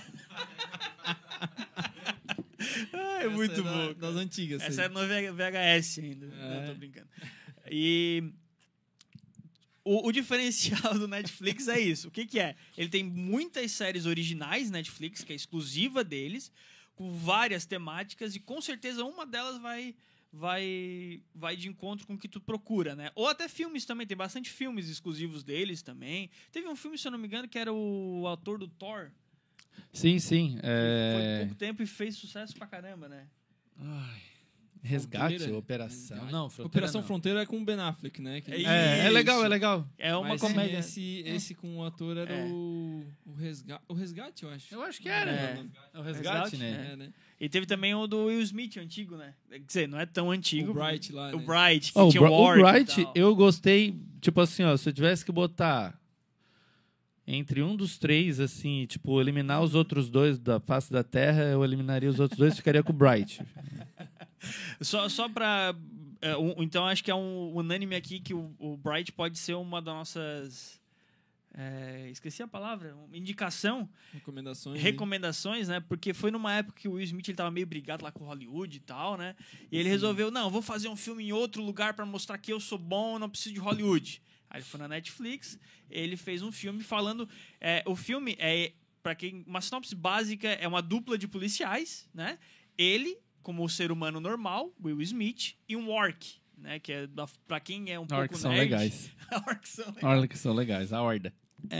Speaker 1: É muito
Speaker 3: Essa
Speaker 1: bom.
Speaker 3: Das antigas.
Speaker 1: Essa era no VHS ainda. Não, tô brincando. E o diferencial do Netflix é isso. O que é? Ele tem muitas séries originais Netflix, que é exclusiva deles, com várias temáticas, e com certeza uma delas vai de encontro com o que tu procura, né? Ou até filmes também, tem bastante filmes exclusivos deles também. Teve um filme, se eu não me engano, que era o autor do Thor,
Speaker 2: Sim.
Speaker 1: que foi pouco tempo e fez sucesso pra caramba, né?
Speaker 2: Ai, resgate,
Speaker 3: Fronteira.
Speaker 2: operação.
Speaker 3: Resgate.
Speaker 2: Não, Fronteira
Speaker 3: Operação
Speaker 2: não.
Speaker 3: Fronteira é com o Ben Affleck, né? Que
Speaker 2: É legal, é legal.
Speaker 1: É uma
Speaker 3: Mas
Speaker 1: comédia.
Speaker 3: Esse com o ator era
Speaker 1: É.
Speaker 3: o Resgate, eu acho.
Speaker 2: Eu acho que era.
Speaker 1: É.
Speaker 2: É o resgate, né?
Speaker 3: É, né?
Speaker 1: E teve também o do Will Smith, antigo, né? Quer dizer, não é tão antigo.
Speaker 3: O Bright lá,
Speaker 1: O
Speaker 3: né?
Speaker 1: Bright, que
Speaker 2: Oh,
Speaker 1: tinha o
Speaker 2: o
Speaker 1: Warwick e
Speaker 2: Bright,
Speaker 1: tal.
Speaker 2: eu gostei, tipo assim, ó, se eu tivesse que botar entre um dos três, assim, tipo, eliminar os outros dois da face da Terra, eu eliminaria os outros dois e ficaria com o Bright.
Speaker 1: Só pra... então, acho que é um unânime aqui que o Bright pode ser uma das nossas... esqueci a palavra. Uma indicação. Recomendações, né? Porque foi numa época que o Will Smith ele tava meio brigado lá com Hollywood e tal, né? E ele resolveu, não, vou fazer um filme em outro lugar pra mostrar que eu sou bom, não preciso de Hollywood. Aí ele foi na Netflix, ele fez um filme falando... o filme para quem... Uma sinopse básica é uma dupla de policiais, né? Ele, como ser humano normal, Will Smith, e um orc, né? Que é pra quem é um pouco
Speaker 2: Orcs são
Speaker 1: nerd.
Speaker 2: legais.
Speaker 1: Orcs são legais.
Speaker 2: Orcs são legais, a horda.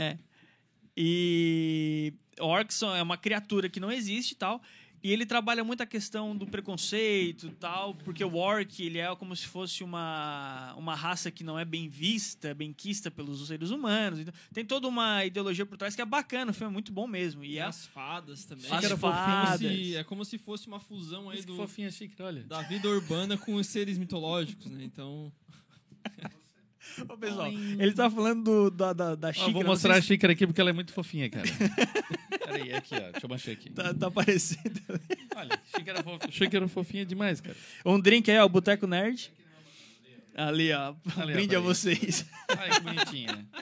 Speaker 1: E Orcs é uma criatura que não existe e tal. E ele trabalha muito a questão do preconceito e tal, porque o Orc, ele é como se fosse uma raça que não é bem vista, bem quista pelos seres humanos. Então, tem toda uma ideologia por trás que é bacana, o filme é muito bom mesmo. E
Speaker 3: as fadas também.
Speaker 1: As fadas.
Speaker 3: É como se fosse uma fusão aí
Speaker 2: fofinha, chique, olha.
Speaker 3: da vida urbana com os seres mitológicos, né? Então...
Speaker 1: Ô, pessoal, ele tá falando da xícara.
Speaker 2: Vou mostrar a xícara aqui porque ela é muito fofinha, cara. Peraí, aqui, ó. Deixa eu baixar aqui.
Speaker 1: Tá aparecendo.
Speaker 2: Olha, xícara fofinha demais, cara.
Speaker 1: Um drink aí, ó, o Boteco Nerd. Ali, ó.
Speaker 2: Ali,
Speaker 1: Brinde
Speaker 2: ó,
Speaker 1: a vocês.
Speaker 2: Olha que bonitinha, né?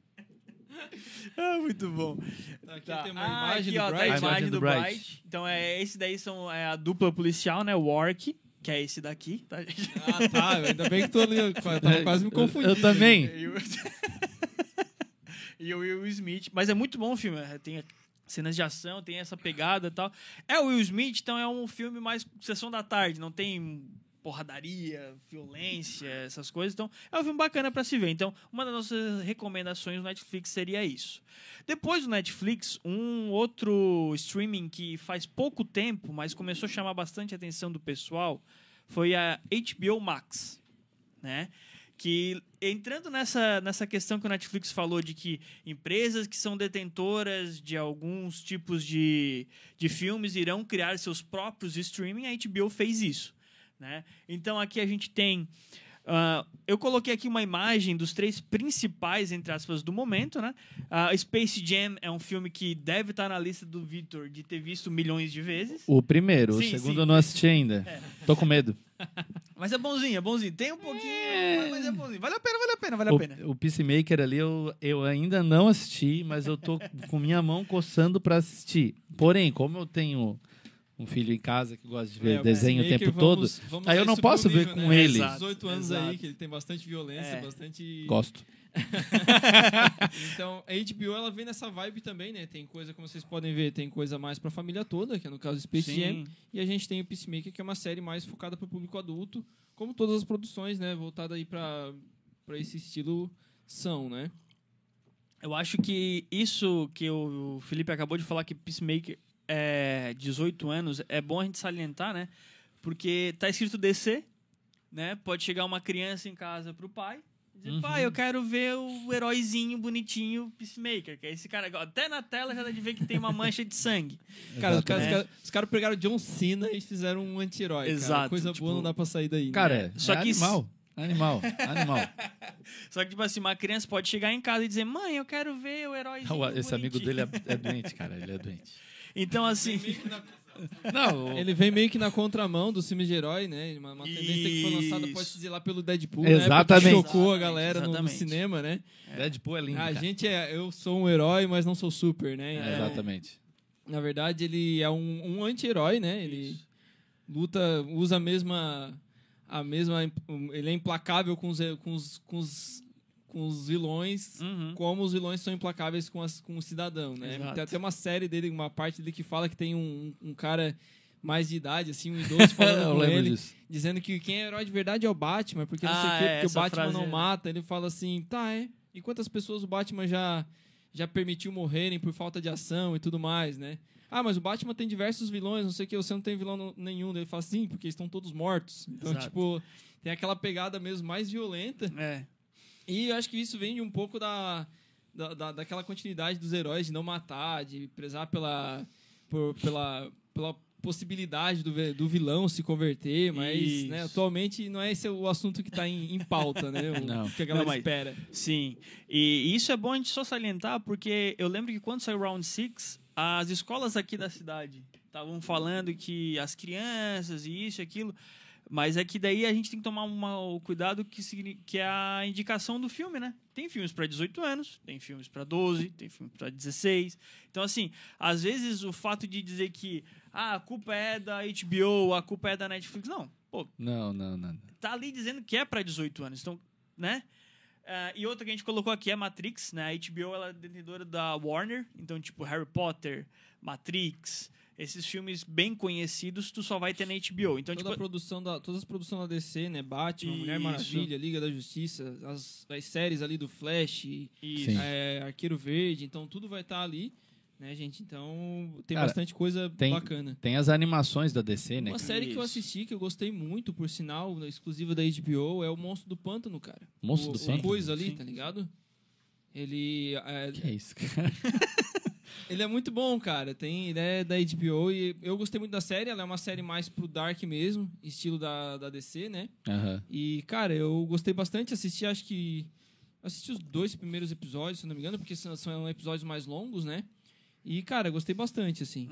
Speaker 1: Muito bom.
Speaker 3: Aqui
Speaker 1: Tá.
Speaker 3: tem uma imagem
Speaker 1: aqui,
Speaker 3: do
Speaker 1: ó, tá
Speaker 3: Bright.
Speaker 1: a imagem do
Speaker 2: Bright.
Speaker 1: Bright. Então, esse daí é a dupla policial, né? O Orc, que é esse daqui, tá?
Speaker 3: Ah, tá. Ainda bem que tô ali. Eu tava quase me confundindo.
Speaker 2: Eu também.
Speaker 1: E o Will Smith. Mas é muito bom o filme. Tem cenas de ação, tem essa pegada e tal. É o Will Smith, então é um filme mais sessão da tarde. Não tem porradaria, violência, essas coisas. Então, é um filme bacana para se ver. Então, uma das nossas recomendações do Netflix seria isso. Depois do Netflix, um outro streaming que faz pouco tempo, mas começou a chamar bastante a atenção do pessoal, foi a HBO Max, né? Que, entrando nessa questão que o Netflix falou de que empresas que são detentoras de alguns tipos de filmes irão criar seus próprios streaming, a HBO fez isso, né? Então, aqui a gente tem... eu coloquei aqui uma imagem dos 3 principais, entre aspas, do momento, né? Space Jam é um filme que deve estar na lista do Victor de ter visto milhões de vezes.
Speaker 2: O primeiro,
Speaker 1: Sim,
Speaker 2: o segundo
Speaker 1: sim.
Speaker 2: eu não assisti ainda. Tô com medo.
Speaker 1: Mas é bonzinho, é bonzinho. Tem um pouquinho, mas é bonzinho. Vale a pena.
Speaker 2: O Peacemaker ali eu ainda não assisti, mas eu tô com minha mão coçando pra assistir. Porém, como eu tenho um filho em casa que gosta de ver desenho o tempo todo, aí eu não posso ver com
Speaker 3: né?
Speaker 2: ele.
Speaker 3: Exato, 18 anos aí, que ele tem bastante violência, bastante...
Speaker 2: Gosto.
Speaker 3: Então, a HBO, ela vem nessa vibe também, né? Tem coisa, como vocês podem ver, tem coisa mais pra família toda, que é no caso do Space Jam. E a gente tem o Peacemaker, que é uma série mais focada pro público adulto, como todas as produções, né? Voltada aí pra esse estilo são, né?
Speaker 1: Eu acho que isso que o Felipe acabou de falar, que Peacemaker é 18 anos, é bom a gente salientar, né? Porque tá escrito DC, né? Pode chegar uma criança em casa pro pai e dizer, pai, eu quero ver o heróizinho bonitinho Peacemaker, que é esse cara, até na tela já dá de ver que tem uma mancha de sangue.
Speaker 3: Cara, os caras pegaram John Cena e fizeram um anti-herói.
Speaker 1: Exato.
Speaker 3: Coisa
Speaker 1: tipo,
Speaker 3: boa não dá pra sair daí.
Speaker 2: Cara,
Speaker 3: né?
Speaker 1: Só que
Speaker 2: Animal.
Speaker 1: Só que, tipo assim, uma criança pode chegar em casa e dizer, mãe, eu quero ver o heróizinho
Speaker 2: Esse amigo
Speaker 1: bonitinho.
Speaker 2: dele é doente, cara. Ele é doente.
Speaker 1: Então, assim...
Speaker 2: Não,
Speaker 3: Ele vem meio que na contramão dos filmes de herói, né? Uma tendência que foi lançada, pode se dizer, lá pelo Deadpool,
Speaker 2: Exatamente.
Speaker 3: né? Porque chocou a galera no
Speaker 1: Exatamente.
Speaker 3: cinema, né?
Speaker 2: Deadpool é lindo,
Speaker 3: A
Speaker 2: cara.
Speaker 3: gente eu sou um herói, mas não sou super, né? Então,
Speaker 2: Exatamente.
Speaker 3: na verdade, ele é um anti-herói, né? Ele usa a mesma... Ele é implacável com os vilões, como os vilões são implacáveis com o cidadão, né?
Speaker 1: Exato.
Speaker 3: Tem até uma série dele, uma parte dele que fala que tem um cara mais de idade, assim, um idoso falando com ele, dizendo que quem é herói de verdade é o Batman, porque não sei o quê, porque o Batman não mata. Ele fala assim, e quantas pessoas o Batman já permitiu morrerem por falta de ação e tudo mais, né? Mas o Batman tem diversos vilões, não sei o que, você não tem vilão nenhum. Ele fala assim, porque eles estão todos mortos. Então,
Speaker 1: Exato.
Speaker 3: tipo, tem aquela pegada mesmo mais violenta. E eu acho que isso vem de um pouco daquela continuidade dos heróis de não matar, de prezar pela possibilidade do vilão se converter, mas né, atualmente não é esse o assunto que está em pauta, né? O que a galera espera.
Speaker 1: Sim, e isso é bom a gente só salientar, porque eu lembro que quando saiu Round 6, as escolas aqui da cidade estavam falando que as crianças e isso e aquilo, mas é que daí a gente tem que tomar o cuidado que é a indicação do filme, né? Tem filmes para 18 anos, tem filmes para 12, tem filmes para 16. Então, assim, às vezes o fato de dizer que a culpa é da HBO, a culpa é da Netflix, não. Pô,
Speaker 2: não.
Speaker 1: Tá ali dizendo que é para 18 anos, então, né? E outra que a gente colocou aqui é Matrix, né? A HBO ela é detentora da Warner, então, tipo, Harry Potter, Matrix... Esses filmes bem conhecidos, tu só vai ter na HBO. Então,
Speaker 3: todas as produções da DC, né? Batman, Mulher Maravilha, Liga da Justiça, as séries ali do Flash, Arqueiro Verde. Então, tudo vai estar ali, né, gente? Então, tem bastante coisa bacana.
Speaker 2: Tem as animações da DC, né?
Speaker 3: Uma série que eu assisti, que eu gostei muito, por sinal, exclusiva da HBO, é o Monstro do Pântano, cara.
Speaker 2: Monstro do Pântano?
Speaker 3: Coisa ali, tá ligado? Ele...
Speaker 2: Que é isso, cara?
Speaker 3: Ele é muito bom, cara. Ele é da HBO e eu gostei muito da série. Ela é uma série mais pro Dark mesmo, estilo da DC, né? E, cara, eu gostei bastante. Assisti os 2 primeiros episódios, se não me engano, porque são episódios mais longos, né? E, cara, gostei bastante, assim.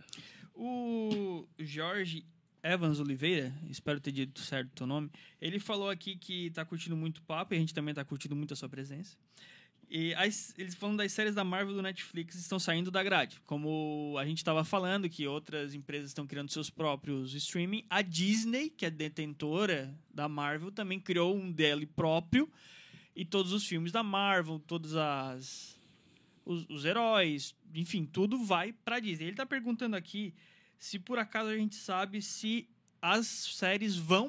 Speaker 1: O Jorge Evans Oliveira, espero ter dito certo o teu nome, ele falou aqui que tá curtindo muito o papo e a gente também tá curtindo muito a sua presença. E eles falando das séries da Marvel do Netflix estão saindo da grade. Como a gente estava falando, que outras empresas estão criando seus próprios streaming, a Disney, que é detentora da Marvel, também criou um dele próprio. E todos os filmes da Marvel, todos os heróis, enfim, tudo vai para Disney. Ele está perguntando aqui se por acaso a gente sabe se as séries vão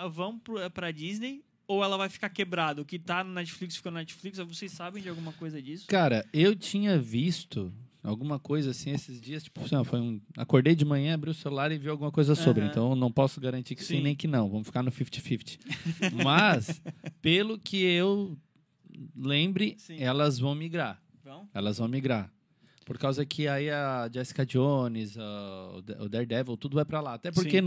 Speaker 1: pra Disney ou ela vai ficar quebrada? O que tá no Netflix ficou no Netflix? Vocês sabem de alguma coisa disso?
Speaker 2: Cara, eu tinha visto alguma coisa assim esses dias, tipo, assim, acordei de manhã, abri o celular e vi alguma coisa sobre. Então, não posso garantir que sim nem que não. Vamos ficar no 50-50. Mas, pelo que eu lembre, elas vão migrar. Elas vão migrar. Por causa que aí a Jessica Jones, o Daredevil, tudo vai pra lá. Até porque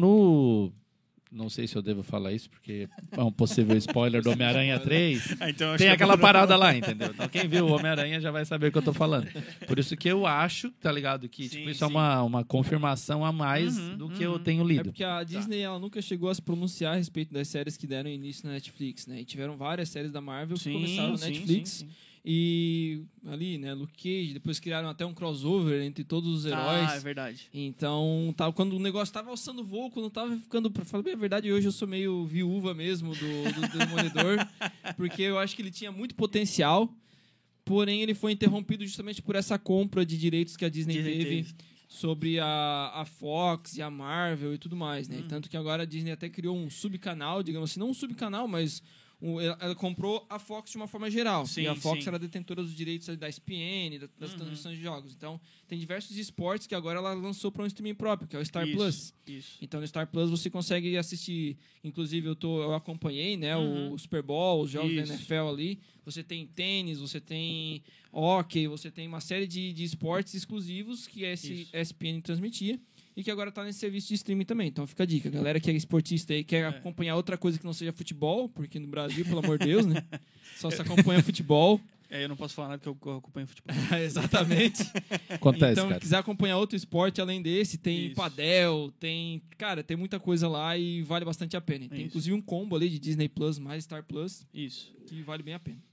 Speaker 2: não sei se eu devo falar isso, porque é um possível spoiler do Homem-Aranha 3.
Speaker 1: Então
Speaker 2: tem aquela parada lá, entendeu? Então quem viu o Homem-Aranha já vai saber o que eu tô falando. Por isso que eu acho, tá ligado? Que tipo, isso é uma confirmação a mais do que eu tenho lido.
Speaker 3: É porque a Disney ela nunca chegou a se pronunciar a respeito das séries que deram início na Netflix, né? E tiveram várias séries da Marvel que começaram na Netflix.
Speaker 1: Sim.
Speaker 3: E ali, né, Luke Cage, depois criaram até um crossover entre todos os heróis.
Speaker 1: Ah, é verdade.
Speaker 3: Então, quando o negócio tava alçando voo, quando tava ficando... Pra falar bem a verdade, hoje eu sou meio viúva mesmo do Demolidor, porque eu acho que ele tinha muito potencial, porém ele foi interrompido justamente por essa compra de direitos que a Disney teve sobre a Fox e a Marvel e tudo mais, né? Tanto que agora a Disney até criou um subcanal, digamos assim, não um subcanal, mas... Ela comprou a Fox de uma forma geral. E a Fox era detentora dos direitos da ESPN, das transmissões de jogos. Então, tem diversos esportes que agora ela lançou para um streaming próprio, que é o Star Plus. Então, no Star Plus você consegue assistir... Inclusive, eu acompanhei, né, o Super Bowl, os jogos da NFL ali. Você tem tênis, você tem hóquei, você tem uma série de esportes exclusivos que a ESPN transmitia. E que agora está nesse serviço de streaming também. Então fica a dica. Galera que é esportista e quer acompanhar outra coisa que não seja futebol, porque no Brasil, pelo amor de Deus, né? Só se acompanha futebol.
Speaker 1: Eu não posso falar nada porque eu acompanho futebol.
Speaker 3: Exatamente.
Speaker 2: Acontece,
Speaker 3: então,
Speaker 2: cara.
Speaker 3: quiser acompanhar outro esporte além desse, tem padel, tem muita coisa lá e vale bastante a pena. Tem inclusive um combo ali de Disney Plus mais Star Plus. Que vale bem a pena.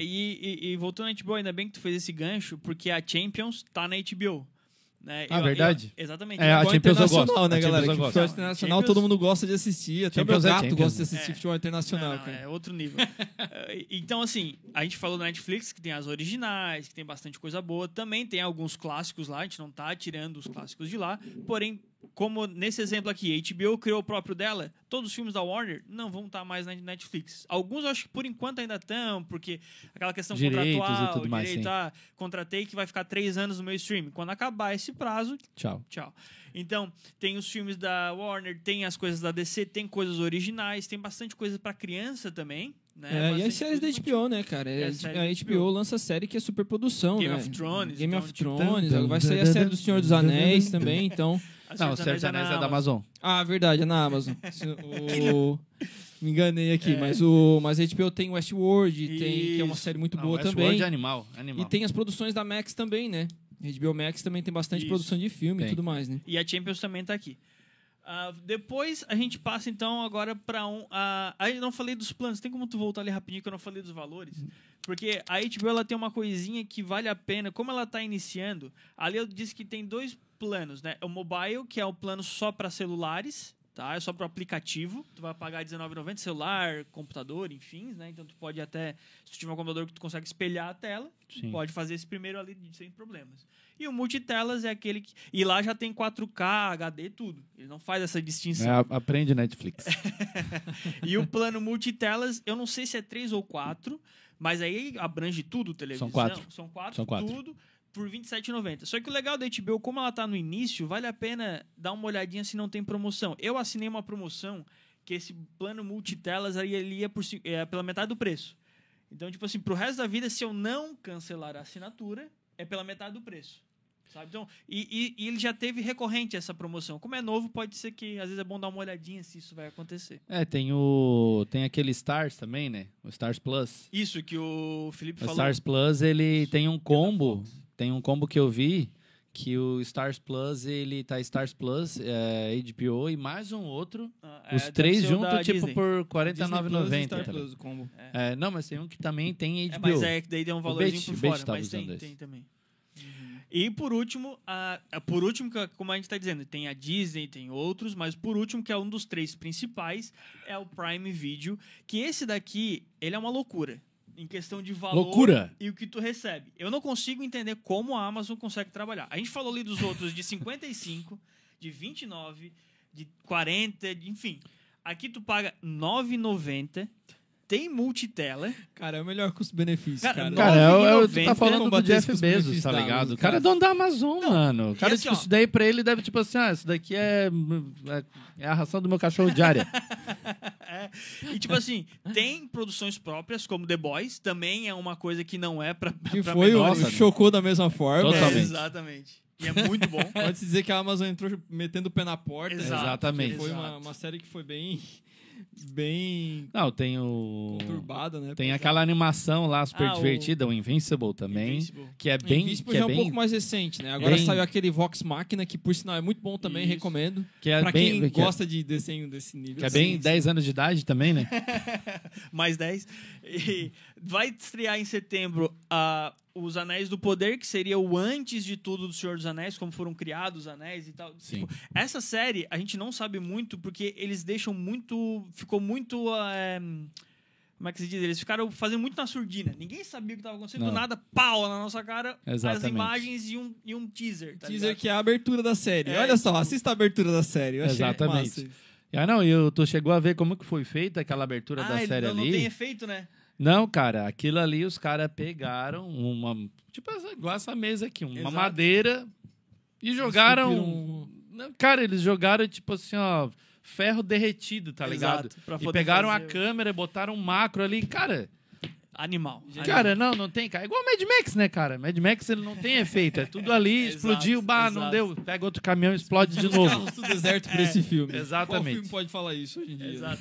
Speaker 1: E voltando à HBO, ainda bem que tu fez esse gancho, porque a Champions tá na HBO. Né?
Speaker 2: Verdade?
Speaker 1: Exatamente.
Speaker 3: A Champions eu gosto. Né, galera?
Speaker 2: Futebol
Speaker 3: internacional todo mundo gosta de assistir. Até o meu gato gosta de assistir futebol internacional.
Speaker 1: Não, é outro nível. Então, assim, a gente falou da Netflix, que tem as originais, que tem bastante coisa boa. Também tem alguns clássicos lá, a gente não tá tirando os clássicos de lá. Porém, como nesse exemplo aqui, a HBO criou o próprio dela, todos os filmes da Warner não vão estar mais na Netflix. Alguns eu acho que por enquanto ainda estão, porque aquela questão
Speaker 2: direitos
Speaker 1: contratual,
Speaker 2: e tudo mais,
Speaker 1: contratei que vai ficar 3 anos no meu stream. Quando acabar esse prazo, tchau. Então, tem os filmes da Warner, tem as coisas da DC, tem coisas originais, tem bastante coisa pra criança também. Né?
Speaker 3: E as séries da HBO, né, cara? A HBO lança série que é super produção,
Speaker 1: Game
Speaker 3: né?
Speaker 1: of Thrones.
Speaker 3: Game of Thrones. Vai sair a série do Senhor dos Anéis também, então...
Speaker 2: Não, o Senhor dos Anéis é da Amazon.
Speaker 3: Ah, verdade, é na Amazon. Me enganei aqui, mas a HBO tem Westworld, que é uma série muito boa também.
Speaker 2: Westworld é animal.
Speaker 3: E tem as produções da Max também, né? A HBO Max também tem bastante produção de filme e tudo mais, né?
Speaker 1: E a Champions também tá aqui. Depois a gente passa então agora para aí eu não falei dos planos, tem como tu voltar ali rapidinho que eu não falei dos valores? Porque a HBO ela tem uma coisinha que vale a pena, como ela está iniciando, ali eu disse que tem 2 planos, né? O mobile, que é o plano só para celulares, tá? É só para o aplicativo, tu vai pagar R$19,90, celular, computador, enfim, né? Então tu pode até, se tu tiver um computador que tu consegue espelhar a tela, tu pode fazer esse primeiro ali sem problemas. E o multitelas é aquele que... E lá já tem 4K, HD, tudo. Ele não faz essa distinção.
Speaker 2: Aprende Netflix.
Speaker 1: E o plano multitelas, eu não sei se é 3 ou 4, mas aí abrange tudo, televisão. São 4, tudo, por R$27,90. Só que o legal da HBO, como ela tá no início, vale a pena dar uma olhadinha se não tem promoção. Eu assinei uma promoção que esse plano multitelas aí ele ia pela metade do preço. Então, tipo assim, pro resto da vida, se eu não cancelar a assinatura, é pela metade do preço. Sabe? Então, e ele já teve recorrente essa promoção. Como é novo, pode ser que às vezes é bom dar uma olhadinha se isso vai acontecer.
Speaker 2: Tem aquele Stars também, né? O Stars Plus.
Speaker 1: Isso que o Felipe falou.
Speaker 2: O Stars Plus, ele tem um combo. Tem um combo que eu vi, que o Stars Plus, ele tá Stars Plus, HBO e mais um outro. Os 3 juntos, tipo,
Speaker 1: Disney.
Speaker 2: por R$49,90.
Speaker 3: Star Plus, o combo.
Speaker 2: Não, mas tem um que também tem HBO.
Speaker 1: Mas daí tem um valorzinho por fora,
Speaker 2: tá
Speaker 1: mas tem também. E por último, como a gente está dizendo, tem a Disney, tem outros, mas por último, que é um dos 3 principais, é o Prime Video, que esse daqui, ele é uma loucura. Em questão de valor e o que tu recebe. Eu não consigo entender como a Amazon consegue trabalhar. A gente falou ali dos outros de 55, de 29, de 40, enfim. Aqui tu paga R$ 9,90, tem multitela.
Speaker 3: Cara, é o melhor custo-benefício, cara.
Speaker 2: Cara, tu tá falando do
Speaker 3: combater
Speaker 2: Jeff
Speaker 3: esse
Speaker 2: Bezos,
Speaker 3: custo-benefício
Speaker 2: tá
Speaker 3: da
Speaker 2: ligado?
Speaker 3: Amazon,
Speaker 2: O cara é dono da Amazon, mano. O cara,
Speaker 1: assim,
Speaker 2: tipo,
Speaker 1: ó,
Speaker 2: isso daí pra ele deve, tipo assim, isso daqui é a ração do meu cachorro diária.
Speaker 1: E tipo assim, tem produções próprias, como The Boys, também é uma coisa que não é pra
Speaker 3: Que
Speaker 1: pra
Speaker 3: foi
Speaker 1: menor.
Speaker 3: o chocou da mesma forma.
Speaker 2: Totalmente.
Speaker 1: Exatamente. E é muito bom.
Speaker 3: Pode-se dizer que a Amazon entrou metendo o pé na porta.
Speaker 2: Exatamente.
Speaker 3: Foi
Speaker 1: Exato.
Speaker 3: uma série que foi bem
Speaker 2: Não, tem o...
Speaker 3: conturbada, né?
Speaker 2: Tem aquela animação lá super
Speaker 1: Ah,
Speaker 2: divertida, o Invincible também,
Speaker 1: Invincible.
Speaker 2: que é bem...
Speaker 3: Invincible
Speaker 2: que
Speaker 3: já é
Speaker 2: é
Speaker 3: um
Speaker 2: bem,
Speaker 3: pouco mais recente, né? Agora
Speaker 2: bem-
Speaker 3: saiu aquele Vox Machina, que por sinal é muito bom também,
Speaker 1: Isso.
Speaker 3: recomendo.
Speaker 2: que é
Speaker 3: Pra
Speaker 2: bem,
Speaker 3: quem
Speaker 2: que é-
Speaker 3: gosta de desenho desse nível.
Speaker 2: que é bem
Speaker 3: assim.
Speaker 2: 10 anos de idade também, né?
Speaker 1: Mais 10. E vai estrear em setembro Os Anéis do Poder, que seria o antes de tudo do Senhor dos Anéis, como foram criados os anéis e tal.
Speaker 2: Sim.
Speaker 1: Tipo, essa série a gente não sabe muito, porque eles deixam muito... Ficou muito... como é que se diz? Eles ficaram fazendo muito na surdina. Ninguém sabia o que estava acontecendo.
Speaker 2: Não.
Speaker 1: Do nada, pau, na nossa cara, as
Speaker 2: Exatamente.
Speaker 1: imagens e um teaser. Tá
Speaker 3: Teaser
Speaker 1: ligado?
Speaker 3: que é a abertura da série.
Speaker 1: É,
Speaker 3: Olha só,
Speaker 1: tipo-
Speaker 3: assista a abertura da série. Eu achei
Speaker 2: Exatamente.
Speaker 3: massa isso.
Speaker 2: Não, e tu chegou a ver como que foi feita aquela abertura da
Speaker 1: ele
Speaker 2: série
Speaker 1: não
Speaker 2: ali?
Speaker 1: tem efeito, né?
Speaker 2: Não, cara, aquilo ali os caras pegaram uma... Tipo, igual essa mesa aqui, uma
Speaker 1: Exato.
Speaker 2: madeira e jogaram...
Speaker 3: Esculpiram-
Speaker 2: Não, cara, eles jogaram, tipo assim, ó, ferro derretido, tá ligado?
Speaker 1: Exato, pra
Speaker 2: E
Speaker 1: poder
Speaker 2: pegaram a
Speaker 1: fazer
Speaker 2: câmera e botaram um macro ali. Cara,
Speaker 1: Animal.
Speaker 2: cara, não tem, cara. É igual Mad Max, né, cara? Mad Max, ele não tem efeito. É tudo ali,
Speaker 1: Exato,
Speaker 2: explodiu, não
Speaker 1: exato.
Speaker 2: deu. Pega outro caminhão e explode de novo.
Speaker 3: Carros do deserto pra esse filme.
Speaker 2: exatamente.
Speaker 3: Qual filme pode falar isso hoje em dia?
Speaker 1: Exato.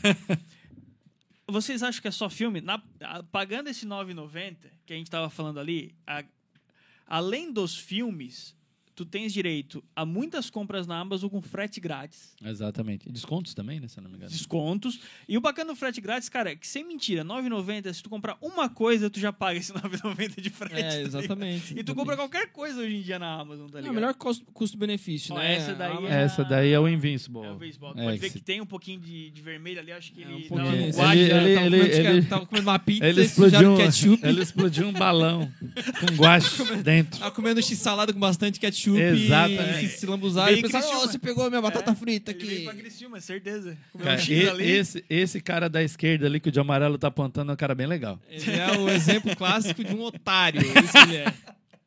Speaker 1: Vocês acham que é só filme? Pagando esse R$ 9,90 que a gente tava falando ali, além dos filmes, tu tens direito a muitas compras na Amazon com frete grátis,
Speaker 2: Exatamente. E descontos também, né, se eu não me engano.
Speaker 1: descontos. E o bacana do frete grátis, cara, é que sem mentira, R$ 9,90, se tu comprar uma coisa, tu já paga esse R$ 9,90 de frete. tá ligado?
Speaker 3: Exatamente.
Speaker 1: E tu compra qualquer coisa hoje em dia na Amazon, tá
Speaker 3: É
Speaker 1: ligado?
Speaker 3: o melhor custo-benefício,
Speaker 1: Ó,
Speaker 3: né?
Speaker 1: essa daí
Speaker 3: A-
Speaker 2: Essa daí é o Invincible.
Speaker 1: É o beisebol.
Speaker 2: É,
Speaker 1: Pode ver
Speaker 2: que
Speaker 1: que tem um pouquinho de vermelho ali, acho que
Speaker 3: É, um
Speaker 1: ele
Speaker 3: pouquinho.
Speaker 1: dá
Speaker 2: Ele-
Speaker 1: um
Speaker 3: Você
Speaker 1: guache,
Speaker 3: já
Speaker 1: né?
Speaker 3: tava comendo-
Speaker 2: ele-
Speaker 3: tava comendo uma pizza,
Speaker 2: Ele
Speaker 3: sujaram
Speaker 2: explodiu,
Speaker 3: ketchup.
Speaker 2: ele explodiu um balão com guache dentro.
Speaker 3: Tava comendo x-salada com bastante ketchup
Speaker 2: Exatamente.
Speaker 3: e se lambuzaram. E
Speaker 1: Veio
Speaker 3: pensaram,
Speaker 1: Criciúma.
Speaker 3: você pegou a minha batata frita
Speaker 1: Ele veio
Speaker 3: aqui.
Speaker 1: pra Criciúma, certeza. Comeu
Speaker 2: Cara,
Speaker 1: um X ali.
Speaker 2: esse cara da esquerda ali que o de amarelo tá apontando é um cara bem legal.
Speaker 3: Ele é o exemplo clássico de um otário. Isso que ele é.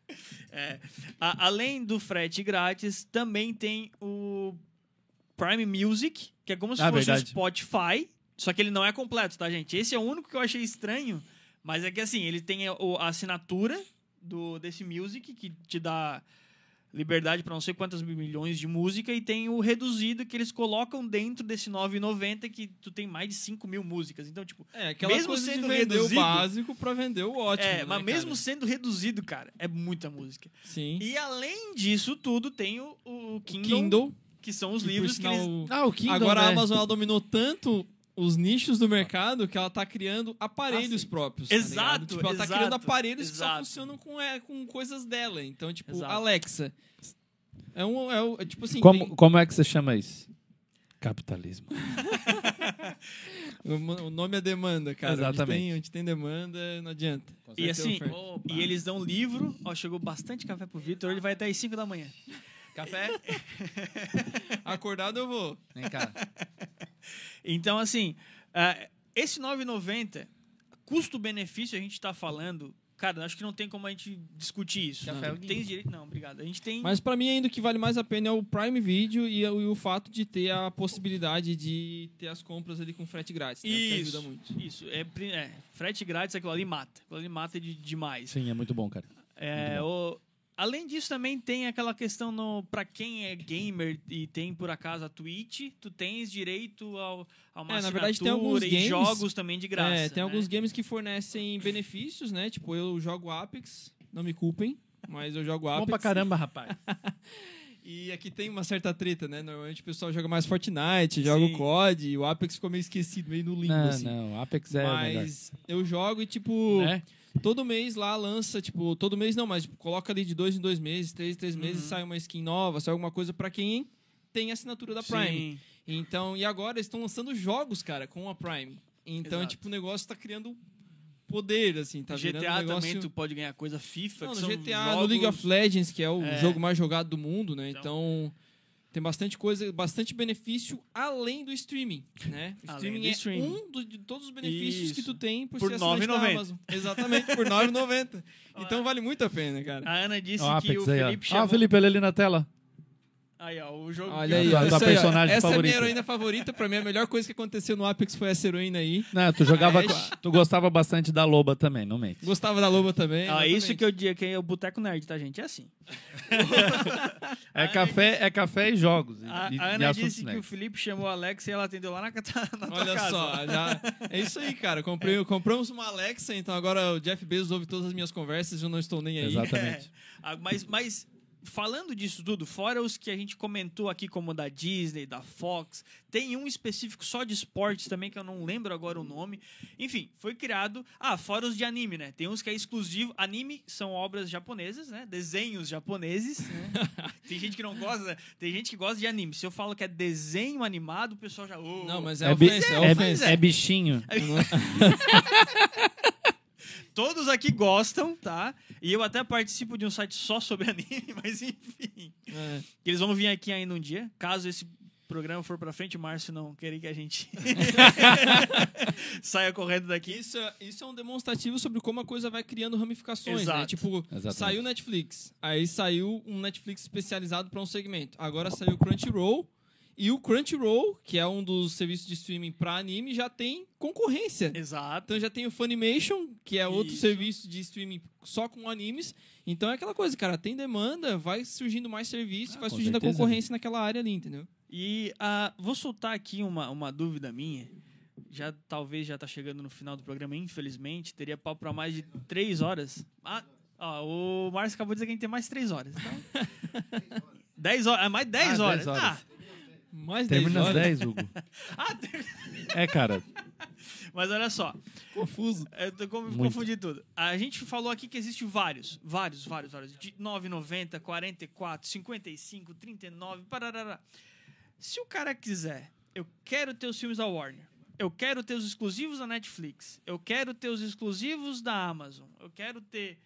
Speaker 1: Além do frete grátis, também tem o Prime Music, que é como se fosse
Speaker 2: verdade.
Speaker 1: o Spotify, só que ele não é completo, tá, gente? Esse é o único que eu achei estranho, mas é que assim, ele tem a assinatura desse Music, que te dá liberdade para não sei quantas milhões de música, e tem o reduzido que eles colocam dentro desse R$ 9,90, que tu tem mais de 5.000 músicas. Então, tipo,
Speaker 3: É, aquela
Speaker 1: Mesmo
Speaker 3: coisa
Speaker 1: sendo
Speaker 3: de vender
Speaker 1: reduzido-
Speaker 3: o básico pra vender o ótimo. né,
Speaker 1: mas mesmo
Speaker 3: cara?
Speaker 1: sendo reduzido, cara, é muita música.
Speaker 3: Sim.
Speaker 1: E além disso tudo, tem o
Speaker 3: O
Speaker 1: Kindle,
Speaker 3: Kindle.
Speaker 1: que são os
Speaker 3: que, por
Speaker 1: livros que eles...
Speaker 3: sinal,
Speaker 2: O Kindle,
Speaker 3: agora
Speaker 2: né?
Speaker 3: a Amazon ela dominou tanto os nichos do mercado que ela tá criando aparelhos
Speaker 1: sim.
Speaker 3: próprios.
Speaker 1: Exato,
Speaker 3: tá ligado? Tipo, ela tá
Speaker 1: exato,
Speaker 3: criando aparelhos que só
Speaker 1: exato.
Speaker 3: funcionam com coisas dela. Então, tipo,
Speaker 1: Exato.
Speaker 3: Alexa. Tipo assim.
Speaker 2: Como é que você chama isso? Capitalismo.
Speaker 3: O nome é demanda, cara.
Speaker 2: Exatamente.
Speaker 3: Onde tem demanda, não adianta.
Speaker 1: E assim,
Speaker 3: oferta.
Speaker 1: e eles dão livro. Ó, chegou bastante café pro Vitor, ele vai até às 5 da manhã.
Speaker 2: Café?
Speaker 3: Acordado eu vou.
Speaker 2: Vem cá.
Speaker 1: Então, assim, esse R$ 9,90, custo-benefício, a gente tá falando... Cara, acho que não tem como a gente discutir isso.
Speaker 2: Café
Speaker 1: Não, tem direito... Não, obrigado. A gente tem...
Speaker 3: Mas pra mim ainda o que vale mais a pena é o Prime Video e o fato de ter a possibilidade de ter as compras ali com frete grátis. Né? Que ajuda muito.
Speaker 1: Isso. Frete grátis, aquilo ali mata. Aquilo ali mata demais.
Speaker 2: Sim, é muito bom, cara.
Speaker 1: Além disso, também tem aquela questão pra quem é gamer e tem, por acaso, a Twitch, tu tens direito a uma
Speaker 3: na verdade, tem alguns
Speaker 1: assinatura e
Speaker 3: games-
Speaker 1: jogos também de graça.
Speaker 3: Tem
Speaker 1: né?
Speaker 3: alguns games que fornecem benefícios, né? Tipo, eu jogo Apex, não me culpem, mas eu jogo Apex.
Speaker 2: Bom pra caramba, rapaz.
Speaker 3: E aqui tem uma certa treta, né? Normalmente o pessoal joga mais Fortnite, joga
Speaker 1: Sim.
Speaker 3: o COD, e o Apex ficou meio esquecido, meio no limbo, assim.
Speaker 2: Não, Apex é o melhor.
Speaker 3: Mas eu jogo e, tipo,
Speaker 2: Né?
Speaker 3: todo mês lá lança, tipo, todo mês não, mas tipo, coloca ali de 2 em 2 meses, 3 em 3 meses, sai uma skin nova, sai alguma coisa pra quem tem assinatura da Prime.
Speaker 1: Sim.
Speaker 3: Então, e agora eles estão lançando jogos, cara, com a Prime. Então,
Speaker 1: Exato.
Speaker 3: tipo, o negócio tá criando poder, assim, tá virando
Speaker 1: GTA
Speaker 3: um negócio...
Speaker 1: também tu pode ganhar coisa FIFA,
Speaker 3: Não,
Speaker 1: que
Speaker 3: no
Speaker 1: são
Speaker 3: GTA, no
Speaker 1: jogos...
Speaker 3: League of Legends, que é o
Speaker 1: É.
Speaker 3: jogo mais jogado do mundo, né? Então, Tem bastante coisa, bastante benefício além do streaming, né? O streaming de todos os benefícios que tu tem por ser assinante da Amazon. Exatamente, por R$ 9,90. Então vale muito a pena, cara.
Speaker 1: A Ana disse
Speaker 2: Ó,
Speaker 1: que
Speaker 2: Apex
Speaker 1: o
Speaker 2: aí, ó.
Speaker 1: Felipe chamou...
Speaker 2: Ó, o Felipe, ele ali na tela.
Speaker 1: Aí, ó, o jogo...
Speaker 3: Olha aí, ó.
Speaker 2: Tua personagem
Speaker 3: Essa é a
Speaker 2: favorita.
Speaker 3: minha heroína favorita. Pra mim, a melhor coisa que aconteceu no Apex foi essa heroína aí.
Speaker 2: Não, tu gostava bastante da Loba também, não mente.
Speaker 3: Gostava da Loba também.
Speaker 1: Ah, isso que eu digo que é o Boteco Nerd, tá, gente? É assim.
Speaker 2: É café e jogos.
Speaker 1: A
Speaker 2: e
Speaker 1: Ana
Speaker 2: assuntos
Speaker 1: disse que
Speaker 2: nerds.
Speaker 1: o Felipe chamou a Alexa e ela atendeu lá na tua
Speaker 3: Olha
Speaker 1: casa.
Speaker 3: só, já... é isso aí, cara. Compramos uma Alexa, então agora o Jeff Bezos ouve todas as minhas conversas e eu não estou nem aí.
Speaker 2: Exatamente.
Speaker 1: Mas falando disso tudo, fora os que a gente comentou aqui, como da Disney, da Fox, tem um específico só de esportes também, que eu não lembro agora o nome. Enfim, foi criado... fora os de anime, né? Tem uns que é exclusivo. Anime são obras japonesas, né? Desenhos japoneses. Né? Tem gente que não gosta, né? Tem gente que gosta de anime. Se eu falo que é desenho animado, o pessoal já...
Speaker 3: Não, mas é ofensa.
Speaker 2: É bichinho.
Speaker 1: Todos aqui gostam, tá? E eu até participo de um site só sobre anime, mas enfim. Eles vão vir aqui ainda um dia. Caso esse programa for pra frente, o Márcio não querer que a gente saia correndo daqui.
Speaker 3: Isso é um demonstrativo sobre como a coisa vai criando ramificações,
Speaker 1: Exato.
Speaker 3: né? Tipo,
Speaker 2: Exatamente.
Speaker 3: saiu Netflix, aí saiu um Netflix especializado para um segmento. Agora saiu o Crunchyroll, e o Crunchyroll, que é um dos serviços de streaming para anime, já tem concorrência.
Speaker 1: Exato.
Speaker 3: Então já tem o Funimation, que é outro
Speaker 1: Isso.
Speaker 3: serviço de streaming só com animes. Então é aquela coisa, cara, tem demanda, vai surgindo mais serviço, vai
Speaker 2: com
Speaker 3: surgindo
Speaker 2: certeza.
Speaker 3: a concorrência naquela área ali, entendeu?
Speaker 1: E vou soltar aqui uma dúvida minha. Talvez já tá chegando no final do programa, infelizmente. Teria papo para mais de 3 horas. O Márcio acabou de dizer que a gente tem mais 3 horas. Então... 10 horas. Mais 10 horas.
Speaker 2: 10 horas.
Speaker 3: Mais 10
Speaker 2: Termina às
Speaker 3: horas.
Speaker 2: 10, Hugo. Cara.
Speaker 1: Mas olha só.
Speaker 3: Confuso.
Speaker 1: Eu tô confundi tudo. A gente falou aqui que existe vários. De 9,90, 44, 55, 39, parará. Se o cara quiser, eu quero ter os filmes da Warner, eu quero ter os exclusivos da Netflix, eu quero ter os exclusivos da Amazon, eu quero ter...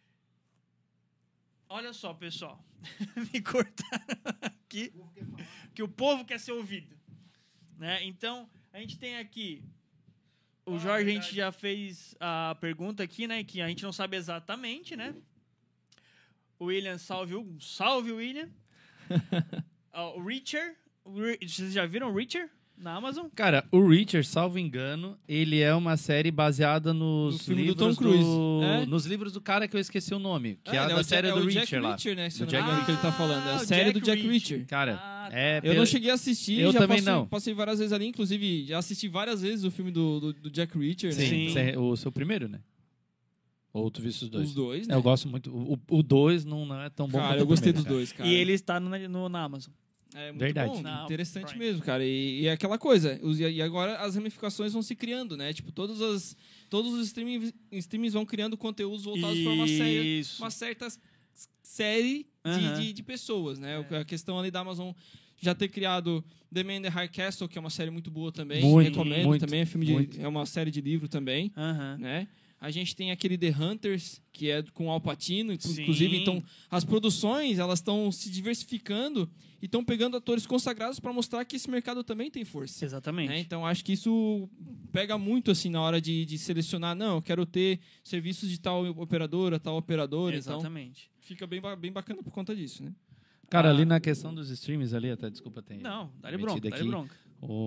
Speaker 1: Olha só, pessoal. Me cortaram aqui. Que o povo quer ser ouvido. Né? Então, a gente tem aqui... O Jorge, a gente já fez a pergunta aqui, né? Que a gente não sabe exatamente, né? O William, salve Hugo. Salve, William. O Reacher. Vocês já viram o Reacher na Amazon?
Speaker 2: Cara, o Reacher, salvo engano, ele é uma série baseada nos
Speaker 3: filme do
Speaker 2: livros
Speaker 3: Tom Cruise. É?
Speaker 2: Nos livros do cara que eu esqueci o nome. Que é a
Speaker 3: ele
Speaker 2: da série do
Speaker 3: o
Speaker 2: Reacher
Speaker 3: Jack
Speaker 2: lá.
Speaker 3: Reacher, né? Se eu
Speaker 2: Do
Speaker 3: não me
Speaker 2: Jack
Speaker 3: engano que ele tá falando. É a
Speaker 1: o
Speaker 3: série
Speaker 1: Jack
Speaker 3: do Jack
Speaker 1: Reacher.
Speaker 3: Reacher.
Speaker 2: Cara,
Speaker 3: Eu não cheguei a assistir.
Speaker 2: Eu
Speaker 3: já
Speaker 2: também não.
Speaker 3: Passei várias vezes ali. Inclusive, já assisti várias vezes o filme do Jack Reacher, né?
Speaker 1: Sim.
Speaker 2: O seu primeiro, né? Ou tu viste os dois?
Speaker 3: Os dois, né?
Speaker 2: Eu gosto muito. O 2 não é tão bom quanto
Speaker 3: Cara,
Speaker 2: o
Speaker 3: eu gostei
Speaker 2: primeiro,
Speaker 3: dos dois, cara.
Speaker 1: E ele está na Amazon.
Speaker 3: É muito
Speaker 2: Verdade.
Speaker 3: bom,
Speaker 1: Não,
Speaker 3: interessante
Speaker 1: Prime.
Speaker 3: mesmo, cara. E é aquela coisa. E agora as ramificações vão se criando, né? Tipo, todos os streamings vão criando conteúdos voltados para uma certa série de pessoas, né? A questão ali da Amazon já ter criado The Man in the High Castle, que é uma série muito boa também. Recomendo também. É uma série de livro também, né? A gente tem aquele The Hunters, que é com Al Pacino, inclusive. Então, as produções, elas estão se diversificando e estão pegando atores consagrados para mostrar que esse mercado também tem força.
Speaker 1: Exatamente.
Speaker 3: Né? Então, acho que isso pega muito, assim, na hora de selecionar. Não, eu quero ter serviços de tal operadora, tal operadora.
Speaker 1: Exatamente.
Speaker 3: Então, fica bem bacana por conta disso, né?
Speaker 2: Cara, ali na questão dos streams ali, até desculpa ter
Speaker 1: Não, dá-lhe bronca, dá-lhe bronca.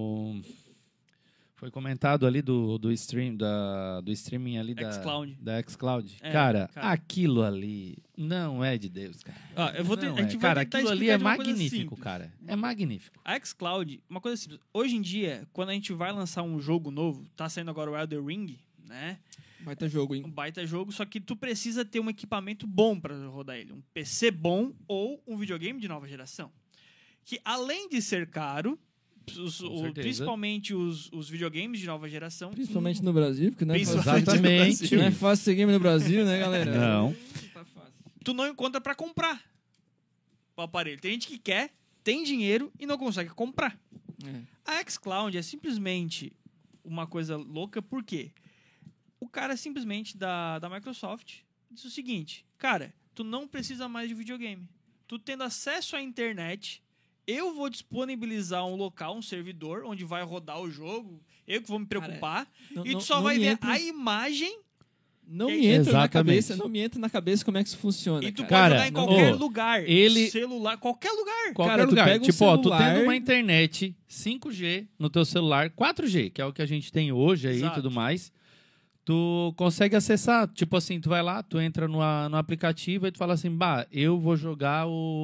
Speaker 2: Foi comentado ali do streaming ali da xCloud. Cara, aquilo ali não é de Deus, cara. Aquilo ali é magnífico, cara. É magnífico.
Speaker 1: A xCloud, uma coisa simples. Hoje em dia, quando a gente vai lançar um jogo novo, tá saindo agora o Elden Ring, né?
Speaker 3: Baita jogo, hein?
Speaker 1: Um baita jogo, só que tu precisa ter um equipamento bom para rodar ele. Um PC bom ou um videogame de nova geração. Que além de ser caro, principalmente os videogames de nova geração...
Speaker 3: Principalmente no Brasil, porque não é fácil.
Speaker 2: Exatamente.
Speaker 3: Não é fácil ser game no Brasil, né, galera?
Speaker 2: Não.
Speaker 3: Tá fácil.
Speaker 1: Tu não encontra para comprar o aparelho. Tem gente que quer, tem dinheiro e não consegue comprar. A xCloud é simplesmente uma coisa louca, por quê? O cara simplesmente da Microsoft disse o seguinte: cara, tu não precisa mais de videogame. Tu tendo acesso à internet eu vou disponibilizar um local, um servidor, onde vai rodar o jogo, eu que vou me preocupar, e tu só vai ver a imagem.
Speaker 3: Não me entra na cabeça como é que isso funciona.
Speaker 1: E tu
Speaker 3: cara.
Speaker 1: pode jogar em qualquer lugar. Celular, qualquer lugar.
Speaker 2: Qualquer lugar. Tipo, tu tendo uma internet 5G no teu celular, 4G, que é o que a gente tem hoje aí e tudo mais, tu consegue acessar. Tipo assim, tu vai lá, tu entra no aplicativo e tu fala assim, eu vou jogar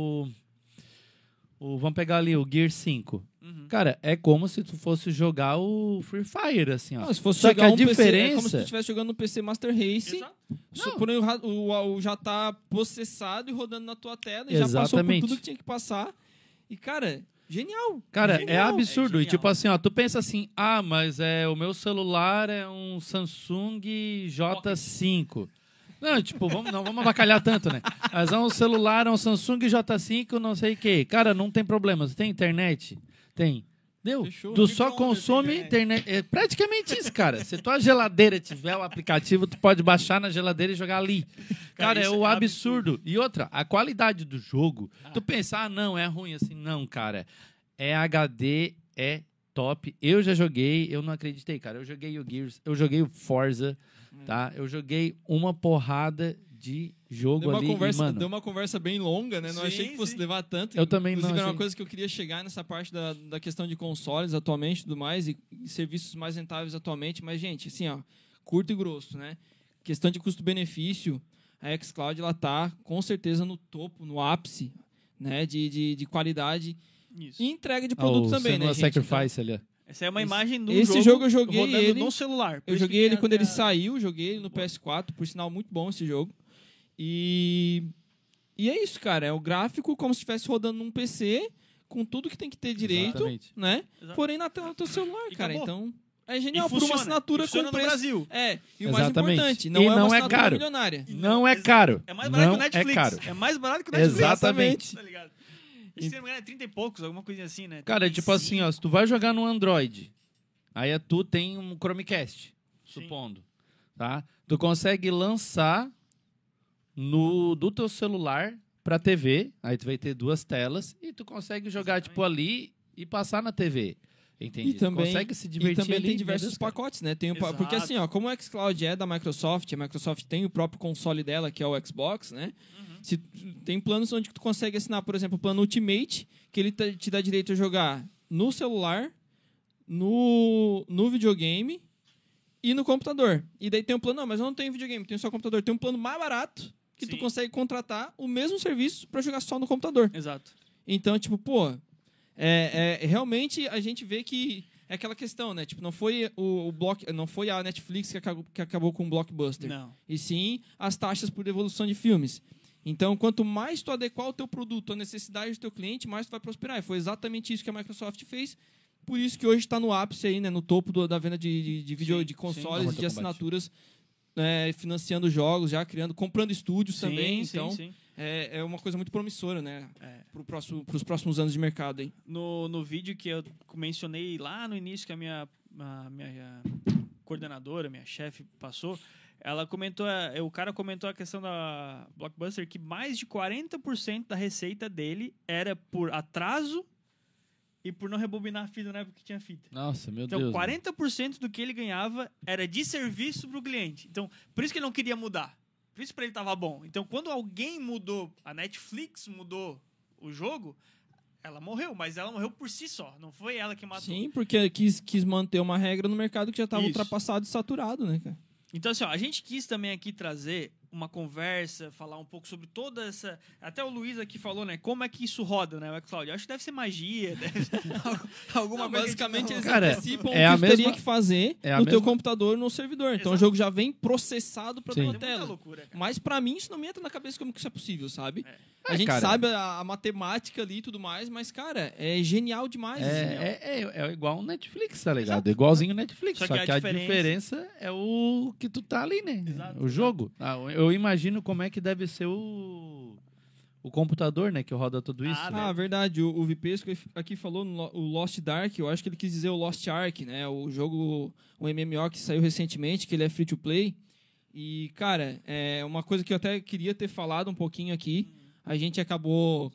Speaker 2: vamos pegar ali o Gear 5. Cara, é como se tu fosse jogar o Free Fire, assim, ó.
Speaker 3: Não, se fosse jogar a diferença... PC, é como se tu estivesse jogando no PC Master Race. Porém, o já tá processado e rodando na tua tela. E já passou por tudo que tinha que passar. E, cara, genial.
Speaker 2: Cara, é absurdo. E tipo assim, ó, tu pensa assim, mas o meu celular é um Samsung J5. Não, tipo, não vamos avacalhar tanto, né? Mas é um celular, é um Samsung J5, não sei o quê. Cara, não tem problema. Você tem internet? Tem. Deu?
Speaker 3: Fechou.
Speaker 2: Tu só consome internet. É praticamente isso, cara. Se tua geladeira tiver o aplicativo, tu pode baixar na geladeira e jogar ali. Cara, é o absurdo. E outra, a qualidade do jogo. Tu pensa, não, é ruim assim. Não, cara. É HD, é top. Eu já joguei, eu não acreditei, cara. Eu joguei o Gears, eu joguei o Forza, tá? Eu joguei uma porrada de jogo
Speaker 3: Deu uma conversa bem longa, né? Não achei que fosse levar tanto.
Speaker 2: Eu também
Speaker 3: Inclusive,
Speaker 2: não
Speaker 3: era uma coisa que eu queria chegar nessa parte da questão de consoles atualmente e tudo mais, e serviços mais rentáveis atualmente. Mas, gente, assim, ó, curto e grosso, né? Questão de custo-benefício, a xCloud, ela tá, com certeza, no topo, no ápice, né? De qualidade e entrega de produto também, né, gente?
Speaker 2: Sacrifice ali.
Speaker 1: Essa é uma imagem do
Speaker 3: esse jogo eu joguei ele
Speaker 1: no celular.
Speaker 3: Eu joguei ele quando ele saiu, joguei ele no PS4, por sinal, muito bom esse jogo. E é isso, cara. É o gráfico como se estivesse rodando num PC, com tudo que tem que ter direito, né? Exato. Porém, na tela do teu celular, cara. Acabou. Então, é genial. Por uma assinatura com preço.
Speaker 1: No Brasil.
Speaker 3: E o mais importante, não é uma assinatura milionária.
Speaker 2: Não é caro.
Speaker 1: É mais barato que o Netflix.
Speaker 2: É
Speaker 1: mais barato que o Netflix.
Speaker 2: Exatamente.
Speaker 1: Tá ligado? Se não me engano, é 30 e poucos, alguma coisinha assim, né?
Speaker 2: Cara, tipo assim, ó, se tu vai jogar no Android, aí tu tem um Chromecast, supondo, tá? Tu consegue lançar do teu celular pra TV, aí tu vai ter 2 telas, e tu consegue jogar, tipo, ali e passar na TV. Entendi.
Speaker 3: E também,
Speaker 2: consegue se divertir
Speaker 3: também
Speaker 2: ali,
Speaker 3: tem diversos pacotes, né? Porque assim, ó, como o xCloud é da Microsoft, a Microsoft tem o próprio console dela, que é o Xbox, né? Tem planos onde tu consegue assinar, por exemplo, o plano Ultimate, que ele te dá direito a jogar no celular, no videogame e no computador. E daí tem um plano, não, mas eu não tenho videogame, tenho só computador. Tem um plano mais barato que tu consegue contratar o mesmo serviço para jogar só no computador.
Speaker 1: Exato.
Speaker 3: Então, tipo, realmente a gente vê que é aquela questão, né? Tipo, não foi não foi a Netflix que acabou com o Blockbuster.
Speaker 1: Não.
Speaker 3: E sim as taxas por devolução de filmes. Então, quanto mais tu adequar o teu produto à necessidade do teu cliente, mais tu vai prosperar. E foi exatamente isso que a Microsoft fez. Por isso que hoje está no ápice aí, né? No topo da venda de vídeo, de consoles, de assinaturas, financiando jogos, já comprando estúdios também. Então, é uma coisa muito promissora, né? Para os próximos anos de mercado, hein?
Speaker 1: No vídeo que eu mencionei lá no início, que a minha coordenadora, minha chefe passou, ela comentou, o cara comentou a questão da Blockbuster, que mais de 40% da receita dele era por atraso e por não rebobinar a fita na época que tinha fita.
Speaker 2: Nossa, meu
Speaker 1: Deus.
Speaker 2: Deus.
Speaker 1: Então, 40% do que ele ganhava era de serviço para o cliente. Então, por isso que ele não queria mudar. Por isso para ele estava bom. Então, quando alguém mudou, a Netflix mudou o jogo, ela morreu, mas ela morreu por si só. Não foi ela que matou.
Speaker 3: Sim, porque quis manter uma regra no mercado que já estava ultrapassado e saturado, né, cara?
Speaker 1: Então, assim, ó, a gente quis também aqui trazer uma conversa, falar um pouco sobre toda essa... Até o Luiz aqui falou, né? Como é que isso roda, né, o xCloud? Eu acho que deve ser magia, alguma coisa.
Speaker 3: Basicamente, eles
Speaker 2: cara,
Speaker 3: antecipam o que você teria que fazer no teu computador, no servidor. Então, o jogo já vem processado pra tua tela.
Speaker 1: Loucura,
Speaker 3: mas, pra mim, isso não me entra na cabeça como que isso é possível, sabe? A gente sabe a matemática ali e tudo mais, mas, cara, é genial demais.
Speaker 2: É igual o Netflix, tá ligado? Exato. Igualzinho o Netflix. Só que a diferença é o que tu tá ali, né?
Speaker 1: Exato,
Speaker 2: o jogo. Eu imagino como é que deve ser o computador, né? Que roda tudo isso.
Speaker 3: Verdade. O Vipesco aqui falou o Lost Dark. Eu acho que ele quis dizer o Lost Ark, né? O jogo, o MMO que saiu recentemente, que ele é free to play. E, cara, é uma coisa que eu até queria ter falado um pouquinho aqui. A gente acabou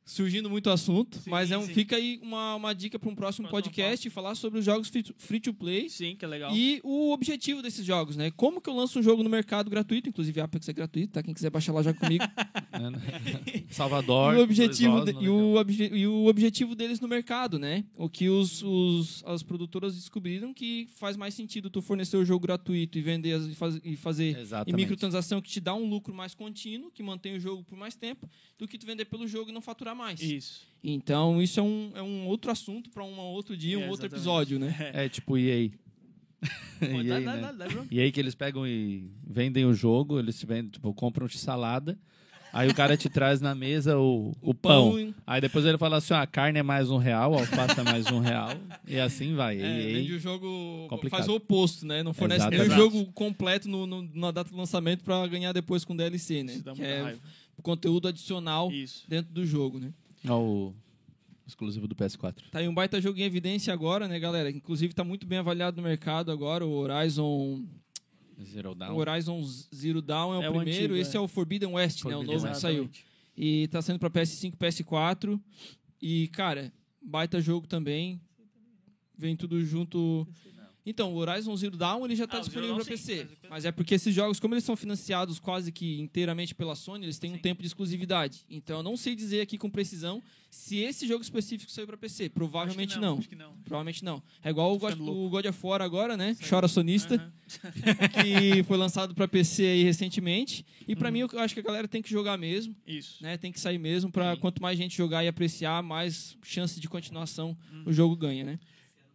Speaker 3: surgindo muito assunto,
Speaker 1: Sim,
Speaker 3: mas
Speaker 1: sim.
Speaker 3: fica aí uma dica para um próximo podcast, falar sobre os jogos free-to-play.
Speaker 1: Sim, que é legal.
Speaker 3: E o objetivo desses jogos, né? Como que eu lanço um jogo no mercado gratuito, inclusive a Apex é gratuito, tá? Quem quiser baixar lá, joga comigo.
Speaker 2: Salvador.
Speaker 3: E o objetivo deles no mercado, né? O que as produtoras descobriram que faz mais sentido tu fornecer o jogo gratuito e vender e fazer
Speaker 2: Exatamente.
Speaker 3: em microtransação que te dá um lucro mais contínuo, que mantém o jogo por mais tempo, do que tu vender pelo jogo e não faturar mais.
Speaker 1: Isso.
Speaker 3: Então, isso é um outro assunto para um outro dia, um outro
Speaker 1: exatamente.
Speaker 3: episódio, né?
Speaker 2: É tipo EA. EA, né? E aí que eles pegam e vendem o jogo, eles te vendem, tipo, compram salada, aí o cara te traz na mesa o pão. Aí depois ele fala assim, a carne é mais R$1, a alface é mais R$1, e assim vai.
Speaker 3: Vende o jogo,
Speaker 2: complicado.
Speaker 3: faz o oposto, né? Não fornece nem o jogo completo na data do lançamento para ganhar depois com DLC, né?
Speaker 1: Isso dá
Speaker 3: que
Speaker 1: muita
Speaker 3: é
Speaker 1: raiva.
Speaker 3: o conteúdo adicional
Speaker 1: Isso.
Speaker 3: dentro do jogo, né?
Speaker 2: O exclusivo do PS4.
Speaker 3: Tá aí um baita jogo em evidência agora, né, galera? Inclusive tá muito bem avaliado no mercado agora, o Horizon
Speaker 2: Zero Dawn.
Speaker 3: O Horizon Zero Dawn é o primeiro,
Speaker 1: antigo,
Speaker 3: esse é o Forbidden West, né? O novo que saiu. E tá saindo pra PS5, PS4. E, cara, baita jogo também. Vem tudo junto. Então, o Horizon Zero Dawn ele já tá disponível para PC. Mas é porque esses jogos, como eles são financiados quase que inteiramente pela Sony, eles têm um tempo de exclusividade. Então, eu não sei dizer aqui com precisão se esse jogo específico saiu para PC. Provavelmente não.
Speaker 1: Acho que não.
Speaker 3: Provavelmente não. É igual o God of War agora, né? Chora sonista. Que foi lançado para PC aí recentemente. E para mim, eu acho que a galera tem que jogar mesmo.
Speaker 1: Isso.
Speaker 3: Né? Tem que sair mesmo para quanto mais gente jogar e apreciar, mais chance de continuação o jogo ganha, né?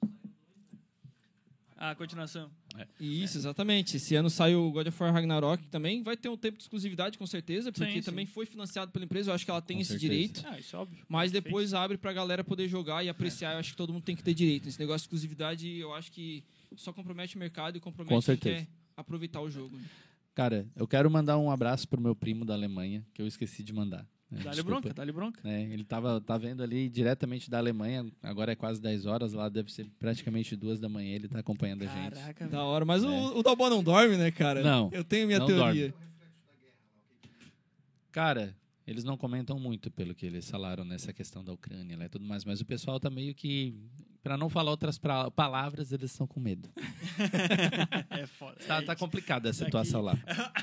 Speaker 1: A continuação.
Speaker 3: Isso, exatamente. Esse ano sai o God of War Ragnarok, que também vai ter um tempo de exclusividade, com certeza, porque também foi financiado pela empresa, eu acho que ela tem esse direito.
Speaker 1: Isso é óbvio.
Speaker 3: Mas depois abre pra galera poder jogar e apreciar, eu acho que todo mundo tem que ter direito. Esse negócio de exclusividade, eu acho que só compromete o mercado e compromete quem quer aproveitar o jogo.
Speaker 2: Cara, eu quero mandar um abraço pro meu primo da Alemanha, que eu esqueci de mandar.
Speaker 1: Dá-lhe bronca, dá-lhe bronca.
Speaker 2: Ele tá vendo ali diretamente da Alemanha, agora é quase 10 horas, lá deve ser praticamente 2 da manhã, ele tá acompanhando a gente.
Speaker 1: Caraca,
Speaker 3: da hora. Mas o Dalbon não dorme, né, cara?
Speaker 2: Não.
Speaker 3: Eu tenho minha teoria.
Speaker 2: Dorme. Cara, eles não comentam muito pelo que eles falaram nessa questão da Ucrânia e tudo mais, mas o pessoal tá meio que, pra não falar outras palavras, eles estão com medo.
Speaker 1: É foda.
Speaker 2: Tá complicada a situação lá.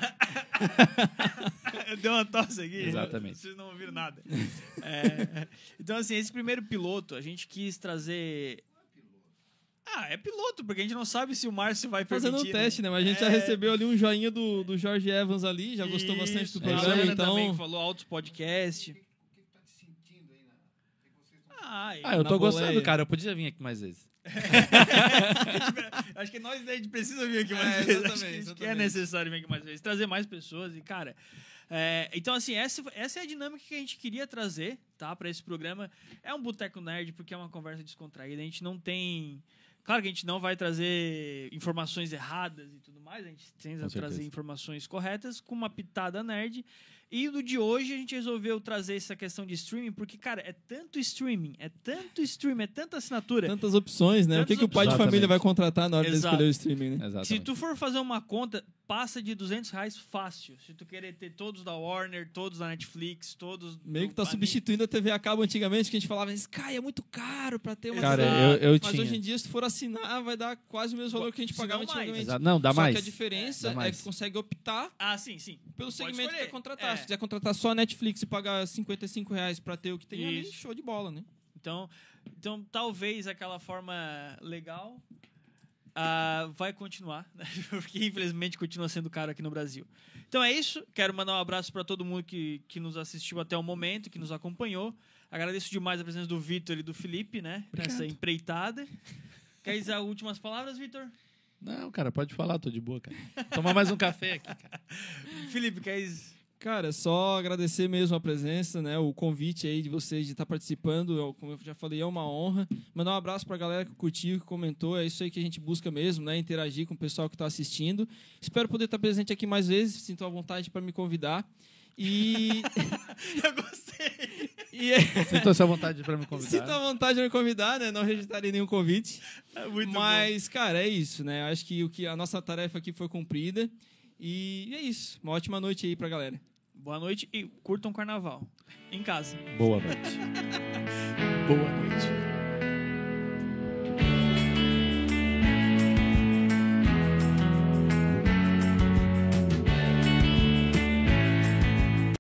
Speaker 1: Deu uma tosse aqui.
Speaker 2: Exatamente.
Speaker 1: Vocês não ouviram nada. Então, assim, esse primeiro piloto, a gente quis trazer... é piloto, porque a gente não sabe se o Márcio vai permitir.
Speaker 3: Fazendo um teste, né? Mas a gente já recebeu ali um joinha do Jorge Evans ali, já gostou bastante do programa,
Speaker 1: a Ana
Speaker 3: então...
Speaker 1: também que falou altos podcast.
Speaker 4: O que tá te sentindo aí
Speaker 2: eu tô gostando, cara. Eu podia vir aqui mais vezes.
Speaker 1: Acho que nós a gente precisa vir aqui mais vezes. Acho que é necessário vir aqui mais vezes. Trazer mais pessoas e, cara... então, assim, essa é a dinâmica que a gente queria trazer, tá? Pra esse programa. É um Boteco Nerd, porque é uma conversa descontraída. A gente não tem... Claro que a gente não vai trazer informações erradas e tudo mais. A gente tenta trazer informações corretas com uma pitada nerd. E no de hoje a gente resolveu trazer essa questão de streaming, porque, cara, é tanto streaming, é tanta assinatura.
Speaker 3: Tantas opções, né? O que o pai de família vai contratar na hora de escolher o streaming, né?
Speaker 2: Exatamente.
Speaker 1: Se tu for fazer uma conta, passa de R$200 fácil. Se tu querer ter todos da Warner, todos da Netflix, todos...
Speaker 3: Meio que tá substituindo a TV a cabo antigamente, que a gente falava, Sky é muito caro pra ter uma...
Speaker 2: Cara,
Speaker 3: Mas hoje em dia, se tu for assinar, vai dar quase o mesmo valor que a gente pagava antigamente.
Speaker 2: Não, dá mais.
Speaker 3: Só que a diferença é que tu consegue optar
Speaker 1: sim.
Speaker 3: pelo segmento que quer contratar. Se quiser contratar só a Netflix e pagar R$55 pra ter o que tem ali, show de bola, né?
Speaker 1: Então, talvez aquela forma legal vai continuar, né? Porque infelizmente continua sendo caro aqui no Brasil. Então é isso. Quero mandar um abraço para todo mundo que nos assistiu até o momento, que nos acompanhou. Agradeço demais a presença do Vitor e do Felipe, né? Nessa empreitada. Quer dizer últimas palavras, Vitor?
Speaker 2: Não, cara, pode falar, tô de boa, cara. Tomar mais um café aqui, cara.
Speaker 1: Felipe, quer dizer...
Speaker 3: Cara, só agradecer mesmo a presença, né? O convite aí de vocês de estar participando, como eu já falei, é uma honra. Mandar um abraço pra galera que curtiu, que comentou, é isso aí que a gente busca mesmo, né? Interagir com o pessoal que está assistindo. Espero poder estar presente aqui mais vezes, sinto à vontade para me convidar. E...
Speaker 1: Eu gostei!
Speaker 2: Sinto-se à vontade para me convidar.
Speaker 3: Sinto à vontade de me convidar, né? Não registrarei nenhum convite.
Speaker 1: Muito
Speaker 3: Mas, cara, é isso, né? Acho que a nossa tarefa aqui foi cumprida. E é isso. Uma ótima noite aí pra galera.
Speaker 1: Boa noite e curtam o carnaval. Em casa.
Speaker 2: Boa noite.
Speaker 1: Boa noite.